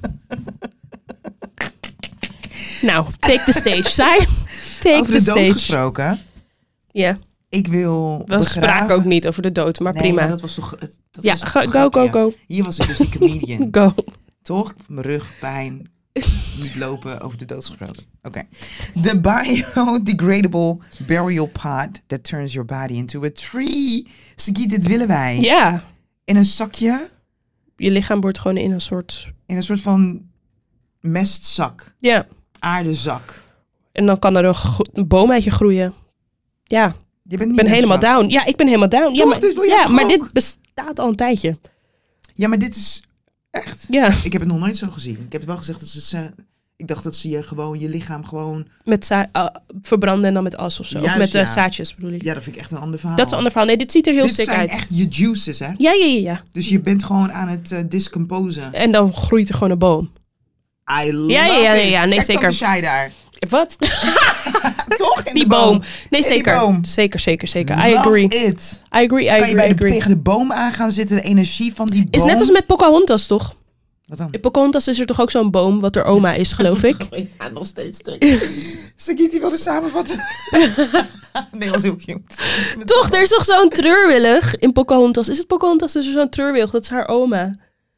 Nou, take the stage. Sai. Take over the de stage. dood gesproken. Ja. Yeah. Ik wil We spraken ook niet over de dood, maar nee, prima. Maar dat was toch... Dat ja, was go, go, go, go. Hier was ik dus die comedian. Go. Toch? Mijn rug, pijn. Niet lopen, over de dood gesproken. Oké. Okay. The biodegradable burial pod that turns your body into a tree. Sagiet, dit willen wij. Ja. In een zakje. Je lichaam wordt gewoon in een soort... In een soort van mestzak. Ja. Aardezak. En dan kan er een, go- een boom uit je groeien. Ja. Je bent niet ik ben helemaal down. Ja, ik ben helemaal down. Toch, ja, maar, dit wil ja, maar ook? dit bestaat al een tijdje. Ja, maar dit is echt... Ja. Ik heb het nog nooit zo gezien. Ik heb het wel gezegd dat ze... Uh, ik dacht dat ze je gewoon, je lichaam gewoon... Met za- uh, verbranden en dan met as of zo. Juist, of met uh, ja. zaadjes bedoel ik. Ja, dat vind ik echt een ander verhaal. Dat is een ander verhaal. Nee, dit ziet er heel dit sick uit. Dit zijn echt je juices, hè? Ja, ja, ja, ja. Dus je bent gewoon aan het uh, discomposen. En dan groeit er gewoon een boom. I love ja, ja, ja, ja, ja. Nee, Kijk zeker. Kijk dan daar. Wat? Toch? In die de boom. boom. Nee, in zeker. Boom. Zeker, zeker, zeker. Love I agree. It. I agree, I kan agree, je bij I de, agree. tegen de boom aan gaan zitten, de energie van die boom. Is net als met Pocahontas, toch? Wat dan? In Pocahontas is er toch ook zo'n boom wat er oma is, geloof ik? Ik ga nog steeds stuk. Sagiti wilde samenvatten. Nee, was heel cute. Toch, er is toch zo'n treurwillig in Pocahontas. Is het Pocahontas? Is er zo'n treurwillig? Dat is haar oma.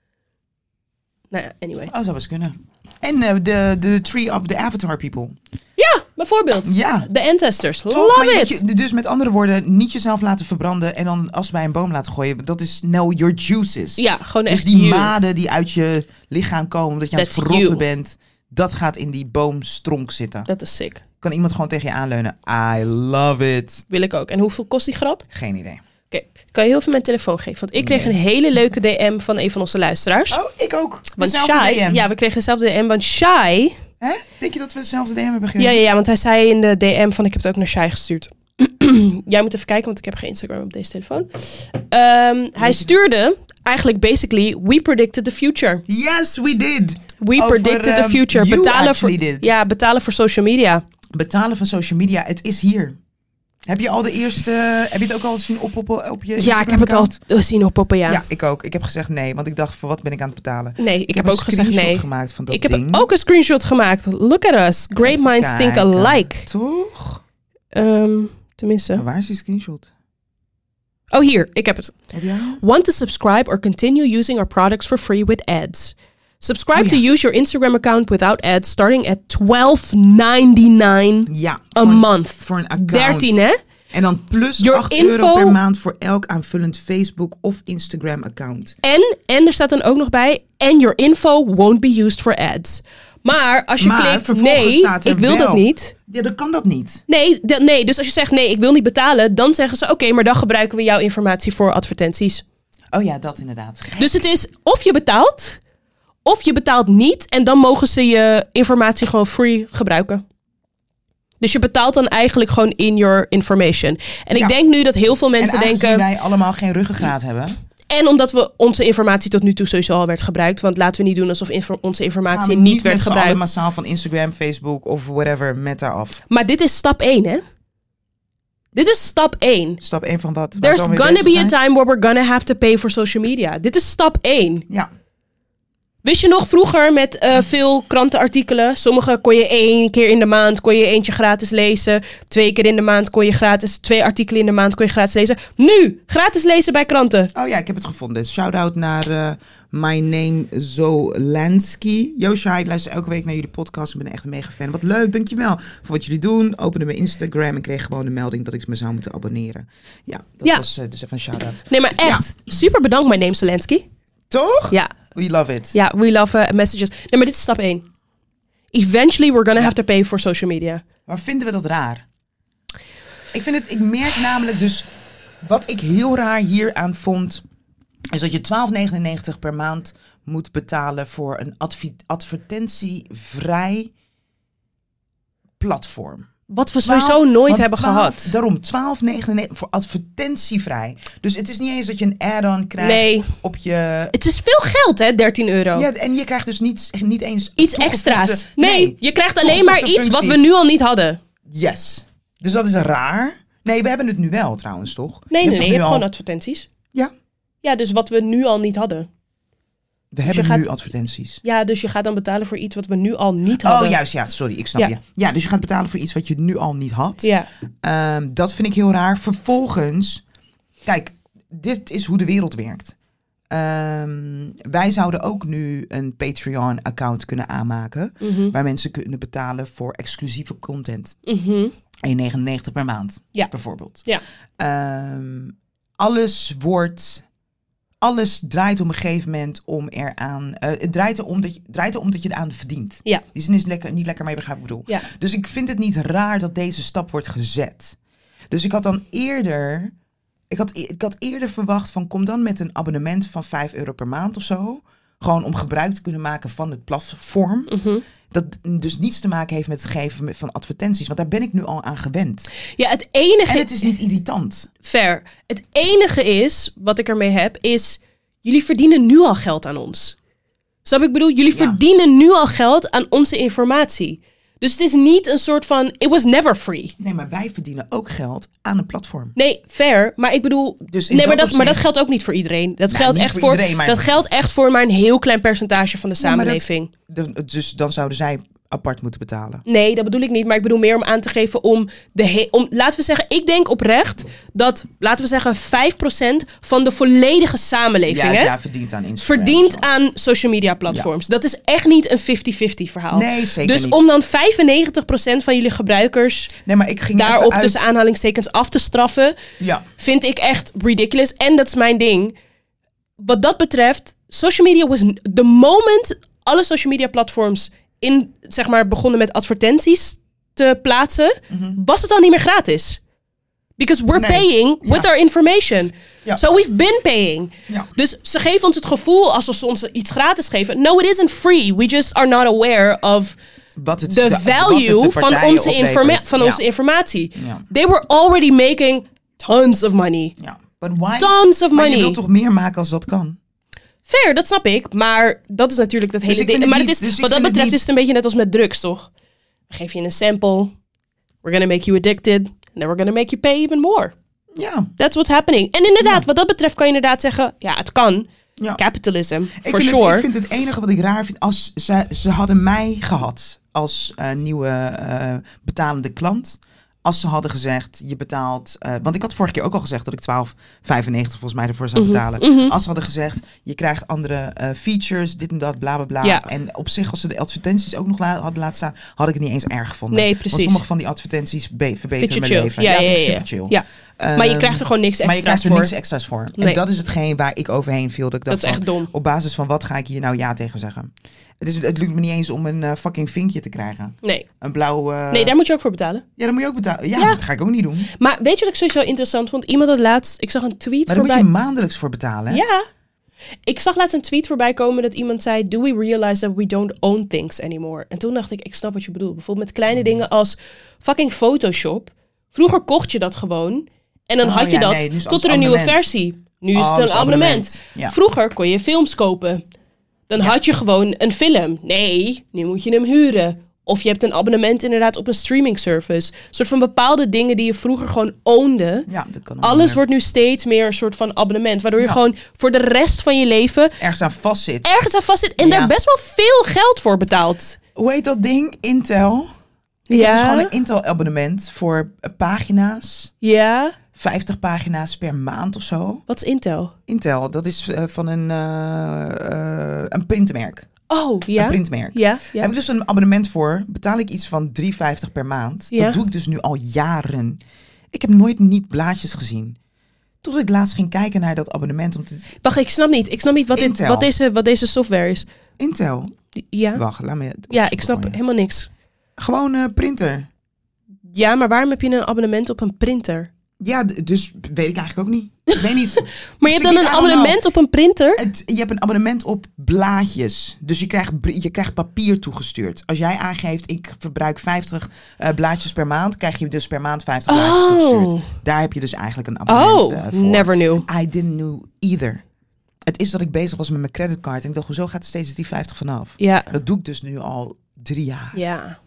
Nou ja, anyway. Oh, zou best kunnen. En de uh, de Tree of the Avatar People. Ja, bijvoorbeeld. Ja. De ancestors. Toch, Love it. Je, dus met andere woorden, niet jezelf laten verbranden en dan als bij een boom laten gooien. Dat is know your juices. Ja, gewoon echt Dus die you. maden die uit je lichaam komen omdat je aan That's het verrotten you. bent, dat gaat in die boomstronk zitten. Dat is sick. Kan iemand gewoon tegen je aanleunen. I love it. Wil ik ook. En hoeveel kost die grap? Geen idee. Oké, okay. Kan je heel veel mijn telefoon geven? Want ik kreeg nee. een hele leuke D M van een van onze luisteraars. Oh, ik ook. Want dezelfde Shai, D M. ja, we kregen dezelfde D M, want Shai... Hè? Denk je dat we dezelfde D M hebben gegeven? Ja, ja, ja, want hij zei in de D M van ik heb het ook naar Shai gestuurd. Jij moet even kijken, want ik heb geen Instagram op deze telefoon. Um, hij stuurde eigenlijk basically, we predicted the future. Yes, we did. We Over, predicted um, the future. Betalen voor, did. ja, betalen voor social media. Betalen van social media, het is hier. Heb je al de eerste... Heb je het ook al zien oppoppen op je Ja, ik heb het al zien oppoppen, ja. Ja, ik ook. Ik heb gezegd nee, want ik dacht, voor wat ben ik aan het betalen? Nee, ik, ik heb, heb ook gezegd nee. gemaakt van dat ik heb ding. ook een screenshot gemaakt. Look at us. Great Even minds kijken. think alike. Toch? Um, tenminste. Maar waar is die screenshot? Oh, hier. Ik heb het. Heb jij? Want to subscribe or continue using our products for free with ads. Subscribe oh, ja. to use your Instagram account without ads starting at twaalf ninety-nine ja, a month. Voor een account. dertien, hè? En dan plus Your acht info... euro per maand voor elk aanvullend Facebook of Instagram account. En, en er staat dan ook nog bij, and your info won't be used for ads. Maar als je maar, klikt, nee, ik wil wel. dat niet. Ja, dan kan dat niet. Nee, d- nee, dus als je zegt, nee, ik wil niet betalen, dan zeggen ze, oké, okay, maar dan gebruiken we jouw informatie voor advertenties. Oh ja, dat inderdaad. Dus het is of je betaalt, of je betaalt niet, en dan mogen ze je informatie gewoon free gebruiken. Dus je betaalt dan eigenlijk gewoon in your information. En ja. ik denk nu dat heel veel mensen en denken... En wij allemaal geen ruggengraat hebben... En omdat we onze informatie tot nu toe sowieso al werd gebruikt. Want laten we niet doen alsof inf- onze informatie niet, niet werd gebruikt. Gaan massaal van Instagram, Facebook of whatever met daar af. Maar dit is stap één, hè? Dit is stap één. Stap één van wat? There's gonna be zijn? a time where we're gonna have to pay for social media. Dit is stap één. Ja. Wist je nog vroeger met uh, veel krantenartikelen? Sommige kon je één keer in de maand kon je eentje gratis lezen. Twee keer in de maand kon je gratis... Twee artikelen in de maand kon je gratis lezen. Nu, gratis lezen bij kranten. Oh ja, ik heb het gevonden. Shout-out naar uh, My Name Zolansky. Josja, ik luister elke week naar jullie podcast. Ik ben echt een mega fan. Wat leuk, dankjewel voor wat jullie doen. Opende mijn Instagram en kreeg gewoon de melding dat ik me zou moeten abonneren. Ja, dat ja. was uh, dus even een shout-out. Nee, maar echt, ja. super bedankt My Name Zolansky. Toch? Ja. We love it. Ja, we love uh, messages. Nee, maar dit is stap één. Eventually we're gonna have to pay for social media. Maar vinden we dat raar? Ik vind het, ik merk namelijk dus, wat ik heel raar hieraan vond, is dat je twaalf negenennegentig per maand moet betalen voor een adv- advertentievrij platform. Wat we sowieso nooit hebben twaalf, gehad. Daarom, twaalf negenennegentig voor advertentievrij. Dus het is niet eens dat je een add-on krijgt nee. op je... Het is veel geld, hè, dertien euro. Ja, en je krijgt dus niet, niet eens... Iets extra's. Nee, nee, je krijgt alleen maar iets functies. Wat we nu al niet hadden. Yes. Dus dat is raar. Nee, we hebben het nu wel trouwens, toch? Nee, je nee, nee, je hebt al... gewoon advertenties. Ja. Ja, dus wat we nu al niet hadden. We dus hebben gaat... nu advertenties. Ja, dus je gaat dan betalen voor iets wat we nu al niet hadden. Oh, juist, ja, sorry, ik snap ja. je. Ja, dus je gaat betalen voor iets wat je nu al niet had. Ja. Um, dat vind ik heel raar. Vervolgens, kijk, dit is hoe de wereld werkt. Um, wij zouden ook nu een Patreon-account kunnen aanmaken, mm-hmm. waar mensen kunnen betalen voor exclusieve content. Mm-hmm. één negenennegentig per maand, ja. bijvoorbeeld. Ja. Um, alles wordt... Alles draait op een gegeven moment om eraan... Uh, het draait erom dat je, draait erom dat je eraan verdient. Ja. Die zin is lekker, niet lekker, maar je begrijpt wat ik bedoel. Ja. Dus ik vind het niet raar dat deze stap wordt gezet. Dus ik had dan eerder... Ik had, ik had eerder verwacht van... Kom dan met een abonnement van vijf euro per maand of zo. Gewoon om gebruik te kunnen maken van het platform. Mm-hmm. Dat dus niets te maken heeft met het geven van advertenties. Want daar ben ik nu al aan gewend. Ja, het enige... En het is niet irritant. Fair. Het enige is, wat ik ermee heb, is... Jullie verdienen nu al geld aan ons. Snap ik bedoel? Jullie ja. verdienen nu al geld aan onze informatie. Dus het is niet een soort van... It was never free. Nee, maar wij verdienen ook geld aan een platform. Nee, fair. Maar ik bedoel... Dus nee, dat maar, dat, opzicht... maar dat geldt ook niet voor iedereen. Dat, nou, geldt, echt voor, voor iedereen, maar... dat geldt echt voor maar een heel klein percentage van de samenleving. Ja, dat, dus dan zouden zij apart moeten betalen. Nee, dat bedoel ik niet. Maar ik bedoel meer om aan te geven om... de he- om laten we zeggen, ik denk oprecht dat... laten we zeggen, vijf procent van de volledige samenleving... Ja, hè, ja verdient aan Instagram. Verdient aan social media platforms. Ja. Dat is echt niet een vijftig-vijftig verhaal. Nee, zeker dus niet. om dan vijfennegentig procent van jullie gebruikers... Nee, maar ik ging daarop uit... tussen aanhalingstekens af te straffen... Ja. Vind ik echt ridiculous. En dat is mijn ding. Wat dat betreft... Social media was... The moment alle social media platforms... in, zeg maar, begonnen met advertenties te plaatsen, mm-hmm. was het al niet meer gratis. Because we're nee. paying with ja. our information. Ja. So we've been paying. Ja. Dus ze geven ons het gevoel alsof ze ons iets gratis geven. No, it isn't free. We just are not aware of het, the de, value de van, onze, informa- van ja. onze informatie. Ja. They were already making tons of money. Ja. But why? Tons of maar money. Je wilt toch meer maken als dat kan? Fair, dat snap ik. Maar dat is natuurlijk dat hele dus ding. Het maar niet, het is, dus wat dat betreft het is het een beetje net als met drugs, toch? We geven je een sample. We're gonna make you addicted. And then we're gonna make you pay even more. Ja. That's what's happening. En inderdaad, ja. wat dat betreft kan je inderdaad zeggen... Ja, het kan. Ja. Capitalism, for sure. Het, ik vind het enige wat ik raar vind... Als ze, ze hadden mij gehad als uh, nieuwe uh, betalende klant... Als ze hadden gezegd, je betaalt... Uh, want ik had vorige keer ook al gezegd dat ik twaalf vijfennegentig volgens mij ervoor zou mm-hmm. betalen. Mm-hmm. Als ze hadden gezegd, je krijgt andere uh, features, dit en dat, bla bla bla. Ja. En op zich, als ze de advertenties ook nog la- hadden laten staan, had ik het niet eens erg gevonden. Nee, precies. Want sommige van die advertenties be- verbeteren mijn chill. leven. Ja, ja, ja, ja, super ja. chill. Ja. Um, maar je krijgt er gewoon niks extra's voor. Maar je krijgt er voor. niks extra's voor. Nee. En dat is hetgeen waar ik overheen viel. Dat, ik dacht dat is van, echt dom. Op basis van wat ga ik hier nou ja tegen zeggen? Het, is, het lukt me niet eens om een uh, fucking vinkje te krijgen. Nee. Een blauw... Uh... Nee, daar moet je ook voor betalen. Ja, daar moet je ook betalen. Ja, ja, dat ga ik ook niet doen. Maar weet je wat ik sowieso interessant vond? Iemand had laatst... Ik zag een tweet maar voorbij... Maar daar moet je maandelijks voor betalen, hè? Ja. Ik zag laatst een tweet voorbij komen dat iemand zei... Do we realize that we don't own things anymore? En toen dacht ik, ik snap wat je bedoelt. Bijvoorbeeld met kleine dingen als fucking Photoshop. Vroeger kocht je dat gewoon... En dan oh, had je ja, dat nee, tot er een nieuwe versie. Nu is oh, het een dus abonnement. abonnement. Ja. Vroeger kon je films kopen. Dan ja. had je gewoon een film. Nee, nu moet je hem huren. Of je hebt een abonnement inderdaad op een streaming service. Een soort van bepaalde dingen die je vroeger gewoon ownde. Ja, dat kan Alles meer. wordt nu steeds meer een soort van abonnement. Waardoor je ja. gewoon voor de rest van je leven... ergens aan vastzit. Ergens aan vastzit en ja. daar best wel veel geld voor betaalt. Hoe heet dat ding? Intel. Ik ja. heb dus gewoon een Intel-abonnement voor pagina's. Ja. vijftig pagina's per maand of zo. Wat is Intel? Intel, dat is uh, van een, uh, uh, een printmerk. Oh, ja. Een printmerk. Ja, ja. Heb ik dus een abonnement voor. Betaal ik iets van drie vijftig per maand. Ja. Dat doe ik dus nu al jaren. Ik heb nooit niet blaadjes gezien. Tot ik laatst ging kijken naar dat abonnement. Om te... Wacht, ik snap niet. Ik snap niet wat, dit, wat, deze, wat deze software is. Intel. Ja. Wacht, laat me... Ja, ik snap helemaal niks. Gewoon een uh, printer. Ja, maar waarom heb je een abonnement op een printer? Ja, d- dus weet ik eigenlijk ook niet. Ik weet niet. Maar je hebt dan een abonnement know. op een printer? Het, je hebt een abonnement op blaadjes. Dus je krijgt, je krijgt papier toegestuurd. Als jij aangeeft, ik verbruik vijftig uh, blaadjes per maand, krijg je dus per maand vijftig oh. blaadjes toegestuurd. Daar heb je dus eigenlijk een abonnement oh, uh, voor. Never knew. I didn't know either. Het is dat ik bezig was met mijn creditcard. En ik dacht, hoezo gaat er steeds drie vijftig vanaf? Ja. Dat doe ik dus nu al drie jaar. Ja.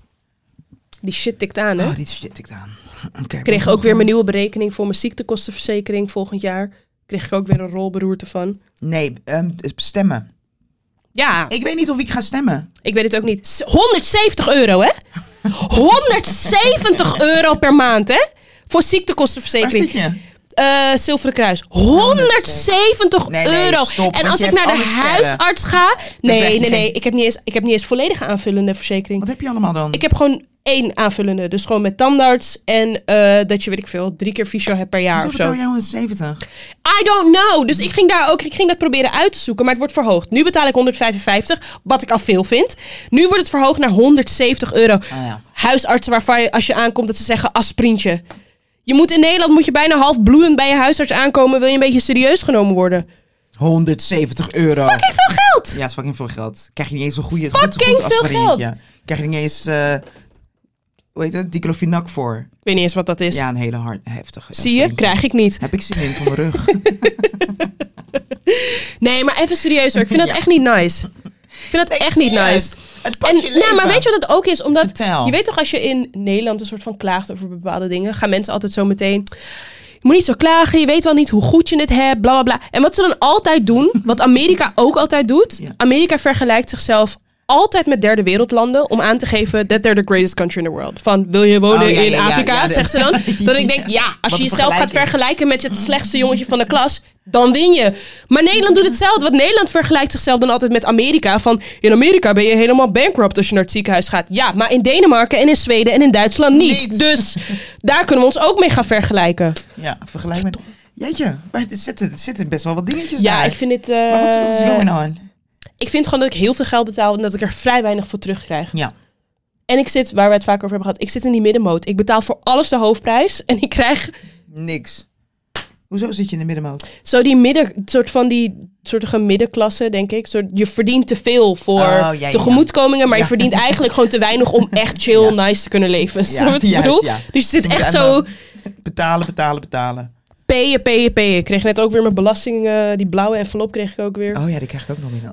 Die shit tikt aan, hè? Oh, die shit tikt aan. Okay, ik kreeg ook weer mijn nieuwe berekening voor mijn ziektekostenverzekering volgend jaar. Kreeg ik ook weer een rolberoerte van. Nee, um, stemmen. Ja. Ik weet niet of ik ga stemmen. Ik weet het ook niet. honderdzeventig euro, hè? honderdzeventig euro per maand, hè? Voor ziektekostenverzekering. Waar zit je? Uh, Zilveren Kruis. honderdzeventig nee, nee, euro. Stop, en als ik naar de huisarts ga... Nee, nee, nee. Ik heb, niet eens, ik heb niet eens volledige aanvullende verzekering. Wat heb je allemaal dan? Ik heb gewoon één aanvullende. Dus gewoon met tandarts. En uh, dat je, weet ik veel, drie keer fysio hebt per jaar Hoezo of zo. betaal jij honderdzeventig? I don't know. Dus ik ging daar ook... Ik ging dat proberen uit te zoeken. Maar het wordt verhoogd. Nu betaal ik honderdvijfenvijftig. Wat ik al veel vind. Nu wordt het verhoogd naar honderdzeventig euro. Oh, ja. Huisartsen waarvan je, als je aankomt, dat ze zeggen aspirintje. Je moet in Nederland moet je bijna half bloedend bij je huisarts aankomen. Wil je een beetje serieus genomen worden? honderdzeventig euro. Fucking veel geld. Ja, is fucking veel geld. Krijg je niet eens een goede fucking goed, goed veel geld. Krijg je niet eens, uh, hoe heet het, diclofenac voor. Ik weet niet eens wat dat is. Ja, een hele hard, heftige. Zie je? Krijg ik niet. Heb ik zin in voor mijn rug. Nee, maar even serieus hoor. Ik vind dat ja. echt niet nice. Ik vind dat echt niet nice. Het, het en, nou, maar weet je wat het ook is? Omdat Vertel. Je weet toch als je in Nederland een soort van klaagt over bepaalde dingen, gaan mensen altijd zo meteen... Je moet niet zo klagen, je weet wel niet hoe goed je het hebt, bla bla bla. En wat ze dan altijd doen, wat Amerika ook altijd doet... Ja. Amerika vergelijkt zichzelf altijd met derde wereldlanden... om aan te geven that they're the greatest country in the world. Van, wil je wonen oh, ja, in ja, Afrika, ja, ja, zegt ze dan. Dat ik denk, ja, als je jezelf gaat vergelijken met het slechtste jongetje van de klas... dan win je. Maar Nederland doet hetzelfde. Want Nederland vergelijkt zichzelf dan altijd met Amerika. Van, in Amerika ben je helemaal bankrupt als je naar het ziekenhuis gaat. Ja, maar in Denemarken en in Zweden en in Duitsland niet. niet. Dus daar kunnen we ons ook mee gaan vergelijken. Ja, vergelijk met... Jeetje, maar er zitten, er zitten best wel wat dingetjes ja, daar. ik vind het... Uh... Maar wat is going on? Ik vind gewoon dat ik heel veel geld betaal en dat ik er vrij weinig voor terugkrijg. Ja. En ik zit, waar we het vaak over hebben gehad, ik zit in die middenmoot. Ik betaal voor alles de hoofdprijs en ik krijg... Niks. Hoezo zit je in de middenmoot? Zo die midden, soort van die soortige middenklasse, denk ik. Soort, je verdient te veel voor oh, ja, tegemoetkomingen, maar ja. je verdient eigenlijk gewoon te weinig om echt chill, ja. nice te kunnen leven. Zo ja, wat ik bedoel? Ja. Dus je zit dus echt zo... Betalen, betalen, betalen. Payen, payen, payen. Ik kreeg net ook weer mijn belasting, uh, die blauwe envelop kreeg ik ook weer. Oh ja, die krijg ik ook nog meer.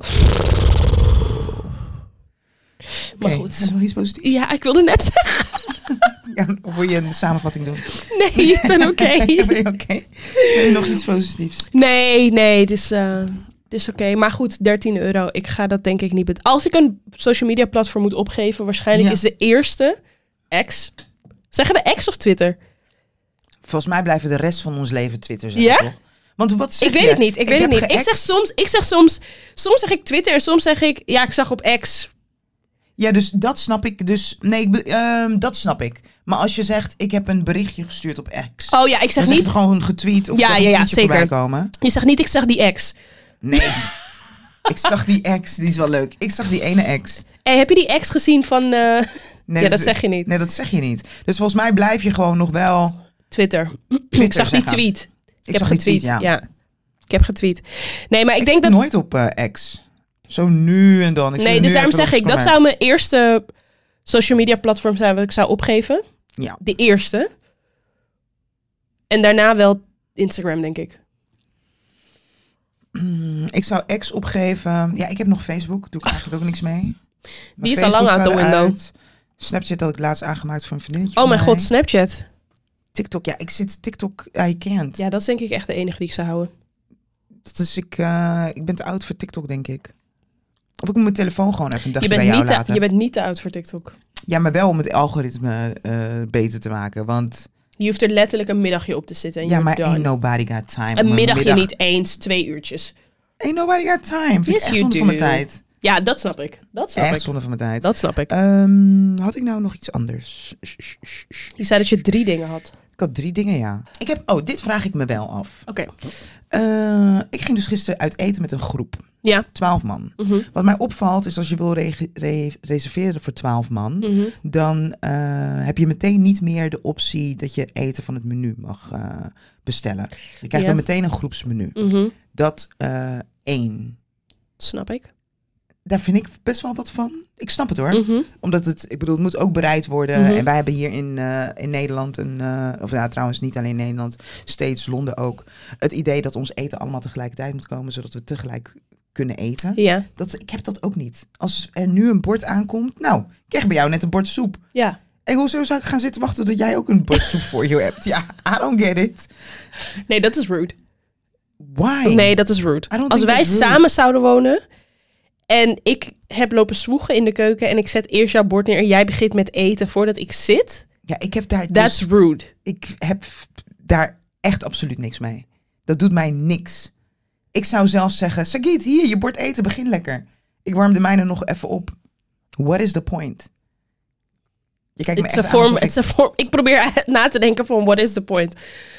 Maar okay, goed. Heb je nog iets positiefs? Ja, ik wilde net zeggen. Ja, of wil je een samenvatting doen? Nee, ik ben oké. Okay. ben je oké? Okay? Heb je nog iets positiefs? Nee, nee, het is, uh, het is oké. Okay. Maar goed, dertien euro. Ik ga dat denk ik niet betalen. Als ik een social media platform moet opgeven, waarschijnlijk ja. is de eerste X. Zeggen we X of Twitter? Volgens mij blijven de rest van ons leven Twitter zijn, ja? toch? Want wat zeg ik weet je? het niet. Ik, ik weet het niet. Ik zeg soms, ik zeg soms, soms zeg ik Twitter en soms zeg ik, ja, ik zag op X. Ja, dus dat snap ik. Dus nee, ik, uh, dat snap ik. Maar als je zegt, ik heb een berichtje gestuurd op X. Oh ja, ik zeg dan niet. Zeg je gewoon getweet of ja, een ja, ja, zeker. Komen. Je zegt niet, ik zag die X. Nee. Ik zag die X, die is wel leuk. Ik zag die ene X. Hey, heb je die X gezien van? Uh... Nee, ja, dat zeg je niet. Nee, dat zeg je niet. Dus volgens mij blijf je gewoon nog wel. Twitter. Twitter ik zag zeggen. die tweet. Ik, ik heb zag getweet. Die tweet, ja. ja. Ik heb getweet. Nee, maar ik, ik denk dat nooit op uh, X. Zo nu en dan. Ik nee, dus daarom zeg ik, dat zou mijn eerste social media platform zijn wat ik zou opgeven. Ja. De eerste. En daarna wel Instagram, denk ik. Ik zou X opgeven. Ja, ik heb nog Facebook. Doe ik eigenlijk ook niks mee. Die is al lang out the window. Snapchat had ik laatst aangemaakt voor een vriendinnetje. Oh mijn mij. god, Snapchat. TikTok, ja, ik zit TikTok, I can't. Ja, dat is denk ik echt de enige die ik zou houden. Dus ik, uh, ik ben te oud voor TikTok, denk ik. Of ik moet mijn telefoon gewoon even een dagje je bent bij jou niet te, laten. Je bent niet te oud voor TikTok. Ja, maar wel om het algoritme uh, beter te maken, want... Je hoeft er letterlijk een middagje op te zitten. En ja, maar done. ain't nobody got time. Een middagje middag... niet eens, twee uurtjes. Ain't nobody got time. Vind Yes, ik echt zonde van mijn tijd. Ja, dat snap ik. Dat snap echt ik. zonde van mijn tijd. Dat snap ik. Um, had ik nou nog iets anders? Je zei dat je drie dingen had. Ik had drie dingen, ja. Ik heb, oh, dit vraag ik me wel af. Oké. Okay. Uh, ik ging dus gisteren uit eten met een groep. Ja. Twaalf man. Mm-hmm. Wat mij opvalt is als je wil re- re- reserveren voor twaalf man, Mm-hmm. dan uh, heb je meteen niet meer de optie dat je eten van het menu mag uh, bestellen. Je krijgt ja. dan meteen een groepsmenu. Mm-hmm. Dat uh, één. Snap ik. Daar vind ik best wel wat van. Ik snap het hoor. Mm-hmm. Omdat het, ik bedoel, het moet ook bereid worden. Mm-hmm. En wij hebben hier in, uh, in Nederland, een, uh, of ja, trouwens niet alleen in Nederland, steeds Londen ook, het idee dat ons eten allemaal tegelijkertijd moet komen, zodat we tegelijk kunnen eten. Ja. Dat, ik heb dat ook niet. Als er nu een bord aankomt, nou, ik kreeg bij jou net een bord soep. Ja. En hoezo zou ik gaan zitten wachten tot jij ook een bord soep voor je hebt? Ja, I don't get it. Nee, dat is rude. Why? Nee, dat is rude. I don't Als think wij that's rude. samen zouden wonen en ik heb lopen zwoegen in de keuken en ik zet eerst jouw bord neer en jij begint met eten voordat ik zit. Ja, ik heb daar That's dus, rude. ik heb daar echt absoluut niks mee. Dat doet mij niks. Ik zou zelfs zeggen, Sagit, hier, je bord eten, begin lekker. Ik warm de mijne nog even op. What is the point? Je kijkt me It's echt a form, aan it's ik... a form. Ik probeer na te denken van what is the point?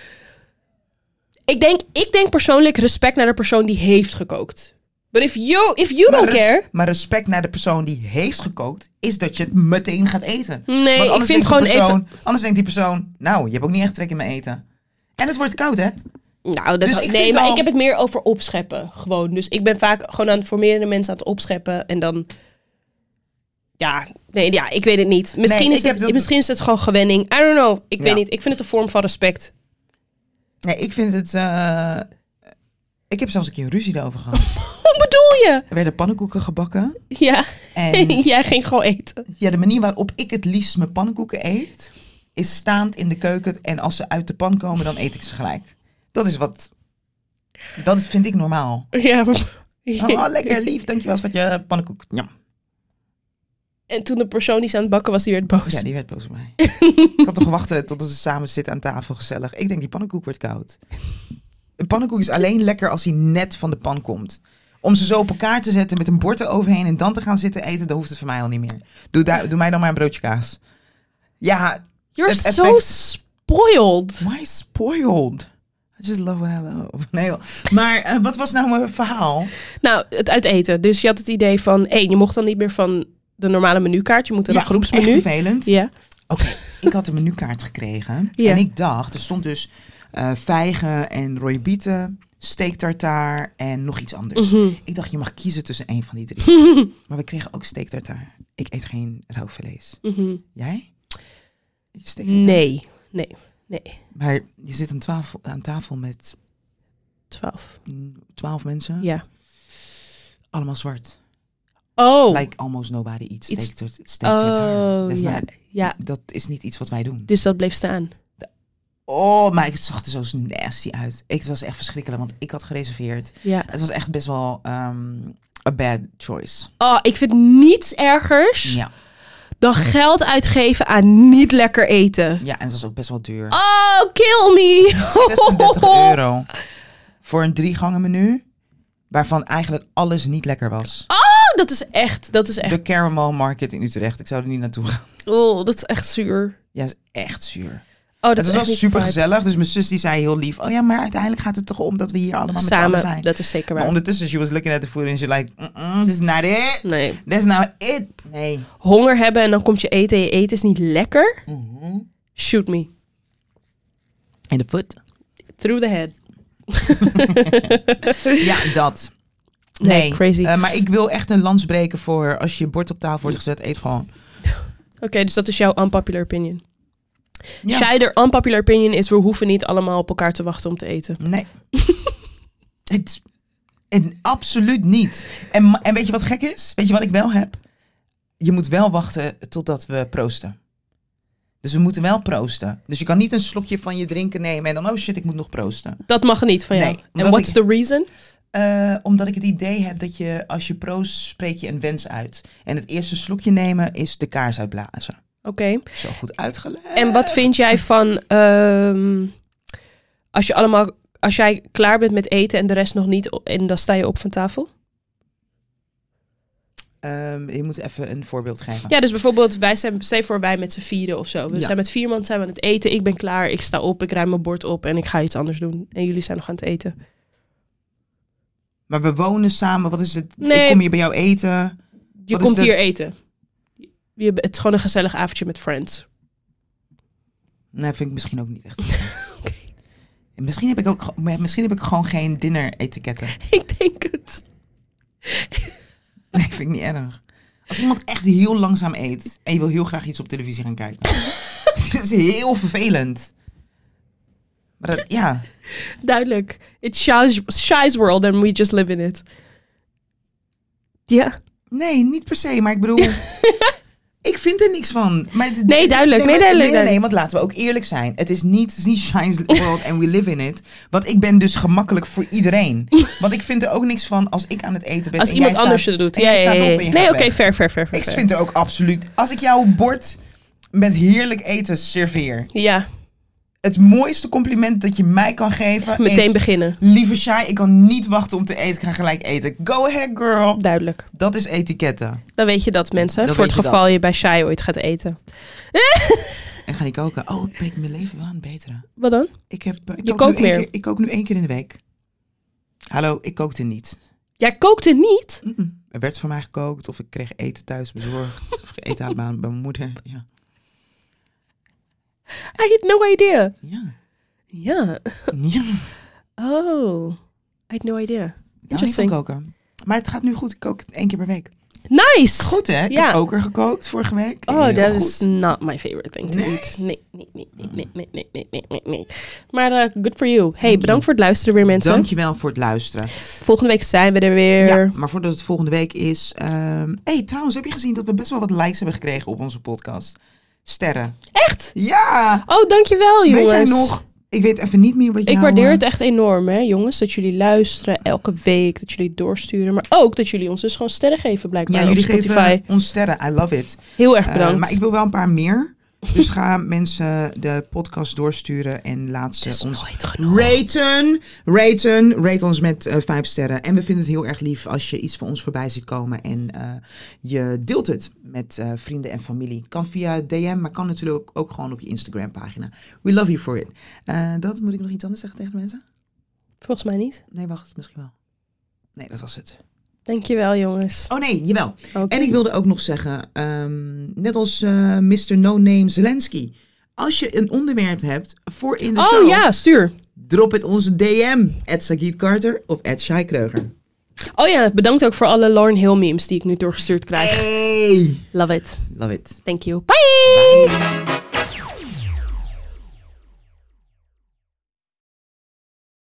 Ik denk, ik denk persoonlijk respect naar de persoon die heeft gekookt. But if you, if you maar don't res- care... Maar respect naar de persoon die heeft gekookt, is dat je het meteen gaat eten. Nee, Want ik anders vind denkt gewoon die persoon, even... Anders denkt die persoon, nou, je hebt ook niet echt trek in mijn eten. En het wordt koud, hè? Nou, dat Dus had- ik nee, vind maar al- ik heb het meer over opscheppen. Gewoon. Dus ik ben vaak gewoon aan het voor meerdere mensen aan het opscheppen. En dan... Ja, nee, ja, ik weet het niet. Misschien, Nee, is, ik het, heb dat- misschien is het gewoon gewenning. I don't know. Ik Ja. weet niet. Ik vind het een vorm van respect. Nee, ik vind het... Uh... Ik heb zelfs een keer ruzie erover gehad. Wat bedoel je? Er werden pannenkoeken gebakken. Ja, En jij ging gewoon eten. ja, de manier waarop ik het liefst mijn pannenkoeken eet, is staand in de keuken. En als ze uit de pan komen, dan eet ik ze gelijk. Dat is wat... Dat is, vind ik normaal. Ja. Oh, lekker lief. Dankjewel, schatje. Pannenkoek. Ja. En toen de persoon die ze aan het bakken was, die werd boos. Ja, die werd boos op mij. Ik had toch wachten tot we samen zitten aan tafel, gezellig. Ik denk, die pannenkoek wordt koud. Een pannenkoek is alleen lekker als hij net van de pan komt. Om ze zo op elkaar te zetten met een bord eroverheen en dan te gaan zitten eten, dan hoeft het voor mij al niet meer. Doe, daar, doe mij dan maar een broodje kaas. Ja. You're het so effect- spoiled. Why spoiled? I just love what I love. Nee, joh. Maar uh, wat was nou mijn verhaal? Nou, het uit eten. Dus je had het idee van, hé, je mocht dan niet meer van de normale menukaart. Je moet naar Ja, een groepsmenu. echt vervelend. Ja. Oké, okay, ik had een menukaart gekregen. Ja. En ik dacht, er stond dus uh, vijgen en rooibieten, steak-tartaar en nog iets anders. Mm-hmm. Ik dacht, je mag kiezen tussen één van die drie. Maar we kregen ook steak-tartaar. Ik eet geen rauw vlees. Mm-hmm. Jij? Eet je steak-tartaar? Nee, nee, nee. Maar je zit aan tafel, aan tafel met Twaalf. twaalf mensen. Ja. Allemaal zwart. Oh. Like almost nobody eats Iets- steak-tartaar. steak-tartaar. Oh, Dat is ja. not- ja. Dat is niet iets wat wij doen. Dus dat bleef staan. Oh, maar het zag er zo nasty uit. Ik, het was echt verschrikkelijk, want ik had gereserveerd. Ja. Het was echt best wel um, a bad choice. Oh, ik vind niets ergers Ja. dan geld uitgeven aan niet lekker eten. Ja, en het was ook best wel duur. Oh, kill me. zesendertig euro voor een drie gangen menu, waarvan eigenlijk alles niet lekker was. Oh, dat is echt, dat is echt. De Caramel Market in Utrecht. Ik zou er niet naartoe gaan. Oh, dat is echt zuur. Ja, is echt zuur. Oh, dat Het is was echt niet super vibe. gezellig. Dus mijn zus die zei heel lief. Oh ja, maar uiteindelijk gaat het toch om dat we hier allemaal met z'n allen Samen, zijn. dat is zeker Maar waar. ondertussen, she was looking at the food and she like, mm this is not it. Nee. That's not it. Nee. Honger hebben en dan komt je eten en je eten is niet lekker. Mm-hmm. Shoot me. In de foot. Through the head. Ja, dat. Nee, Nee, crazy. Uh, maar ik wil echt een lans breken voor als je bord op tafel wordt gezet, eet gewoon. Oké, okay, dus dat is jouw unpopular opinion. Ja. Scheider, unpopular opinion is we hoeven niet allemaal op elkaar te wachten om te eten. Nee. het, het, absoluut niet. En, en weet je wat gek is? Weet je wat ik wel heb? je moet wel wachten totdat we proosten. Dus we moeten wel proosten. Dus je kan niet een slokje van je drinken nemen en dan, oh shit, ik moet nog proosten. Dat mag niet van jou. En nee, what's ik, the reason? Uh, omdat ik het idee heb dat je, als je proost, spreek je een wens uit. En het eerste slokje nemen is de kaars uitblazen. Oké. Okay. Zo goed uitgelegd. En wat vind jij van, um, als je allemaal, als jij klaar bent met eten en de rest nog niet, en dan sta je op van tafel? Um, je moet even een voorbeeld geven. Ja, dus bijvoorbeeld, wij zijn, stel voor wij met z'n vieren of zo. We ja. zijn met vier man zijn we aan het eten. Ik ben klaar, ik sta op, ik ruim mijn bord op en ik ga iets anders doen. En jullie zijn nog aan het eten. Maar we wonen samen, wat is het? Nee, ik kom hier bij jou eten. Je wat komt hier eten. Je, het is gewoon een gezellig avondje met friends. Nee, vind ik misschien ook niet echt. Okay. Misschien heb ik ook, misschien heb ik gewoon geen dinner-etiketten. Ik denk het. Nee, vind ik niet erg. Als iemand echt heel langzaam eet en je wil heel graag iets op televisie gaan kijken. Dat is heel vervelend. Maar dat, ja. Duidelijk. It's Shy's, Shy's world and we just live in it. Ja. Yeah. Nee, niet per se, maar ik bedoel... ik vind er niks van. Maar het, nee, het, duidelijk. Nee, nee, maar, duidelijk. Nee, nee, nee, want laten we ook eerlijk zijn. Het is niet, het is niet Shy's world and we live in it. Want ik ben dus gemakkelijk voor iedereen. Want ik vind er ook niks van als ik aan het eten ben. Als en iemand jij anders staat, het doet. En ja, jij ja, staat ja, ja. op en je nee, gaat oké, okay, fair, fair, fair, fair. Ik vind er ook absoluut... Als ik jouw bord met heerlijk eten serveer... Ja. Het mooiste compliment dat je mij kan geven Meteen is... beginnen. Lieve Shy, ik kan niet wachten om te eten. Ik ga gelijk eten. Go ahead, girl. Duidelijk. Dat is etiketten. Dan weet je dat, mensen. Dan voor het je geval dat. je bij Shy ooit gaat eten. En ga niet koken. Oh, ik ben mijn leven wel aan het beteren. Wat dan? Ik heb, ik je kookt meer. Keer, ik kook nu één keer in de week. Hallo, ik kookte niet. Jij kookte niet? Mm-mm. Er werd voor mij gekookt. Of ik kreeg eten thuis bezorgd. Of eten uit bij mijn moeder. Ja. I had no idea. Ja. Ja. Ja. Oh. I had no idea. Interesting. koken. Maar het gaat nu goed. Ik kook één keer per week. Nice. Goed, hè? Ik ja. heb ook er gekookt vorige week. Oh, that is not my favorite thing to nee. eat. Nee, nee, nee, nee, nee, nee, nee, nee, nee, nee. Maar uh, good for you. Hey, Thank bedankt you. voor het luisteren weer, mensen. Dankjewel voor het luisteren. Volgende week zijn we er weer. Ja, maar voordat het volgende week is... Um... hey, trouwens, heb je gezien dat we best wel wat likes hebben gekregen op onze podcast? Sterren. Echt? Ja. Oh, dankjewel, jongens. Weet jij nog... Ik weet even niet meer wat je. Ik waardeer het echt enorm, hè, jongens. Dat jullie luisteren elke week. Dat jullie doorsturen. Maar ook dat jullie ons dus gewoon sterren geven, blijkbaar. Ja, jullie op Spotify. geven ons sterren. I love it. Heel erg bedankt. Uh, maar ik wil wel een paar meer. Dus ga mensen de podcast doorsturen en laat ze ons raten. Raten. Rate ons met uh, vijf sterren. En we vinden het heel erg lief als je iets van ons voorbij ziet komen. En uh, je deelt het met uh, vrienden en familie. Kan via D M, maar kan natuurlijk ook, ook gewoon op je Instagram pagina. We love you for it. Uh, dat moet ik nog iets anders zeggen tegen de mensen? Volgens mij niet. Nee, wacht. Misschien wel. Nee, dat was het. Dankjewel, jongens. Oh nee, jawel. Okay. En ik wilde ook nog zeggen, um, net als uh, mister No Name Zelensky. Als je een onderwerp hebt voor in de oh, show. Oh ja, stuur. Drop het onze D M. at Sagiet Carter of at Shy Kreuger. Oh ja, bedankt ook voor alle Lauryn Hill memes die ik nu doorgestuurd krijg. Hey. Love it. Love it. Thank you. Bye. Bye.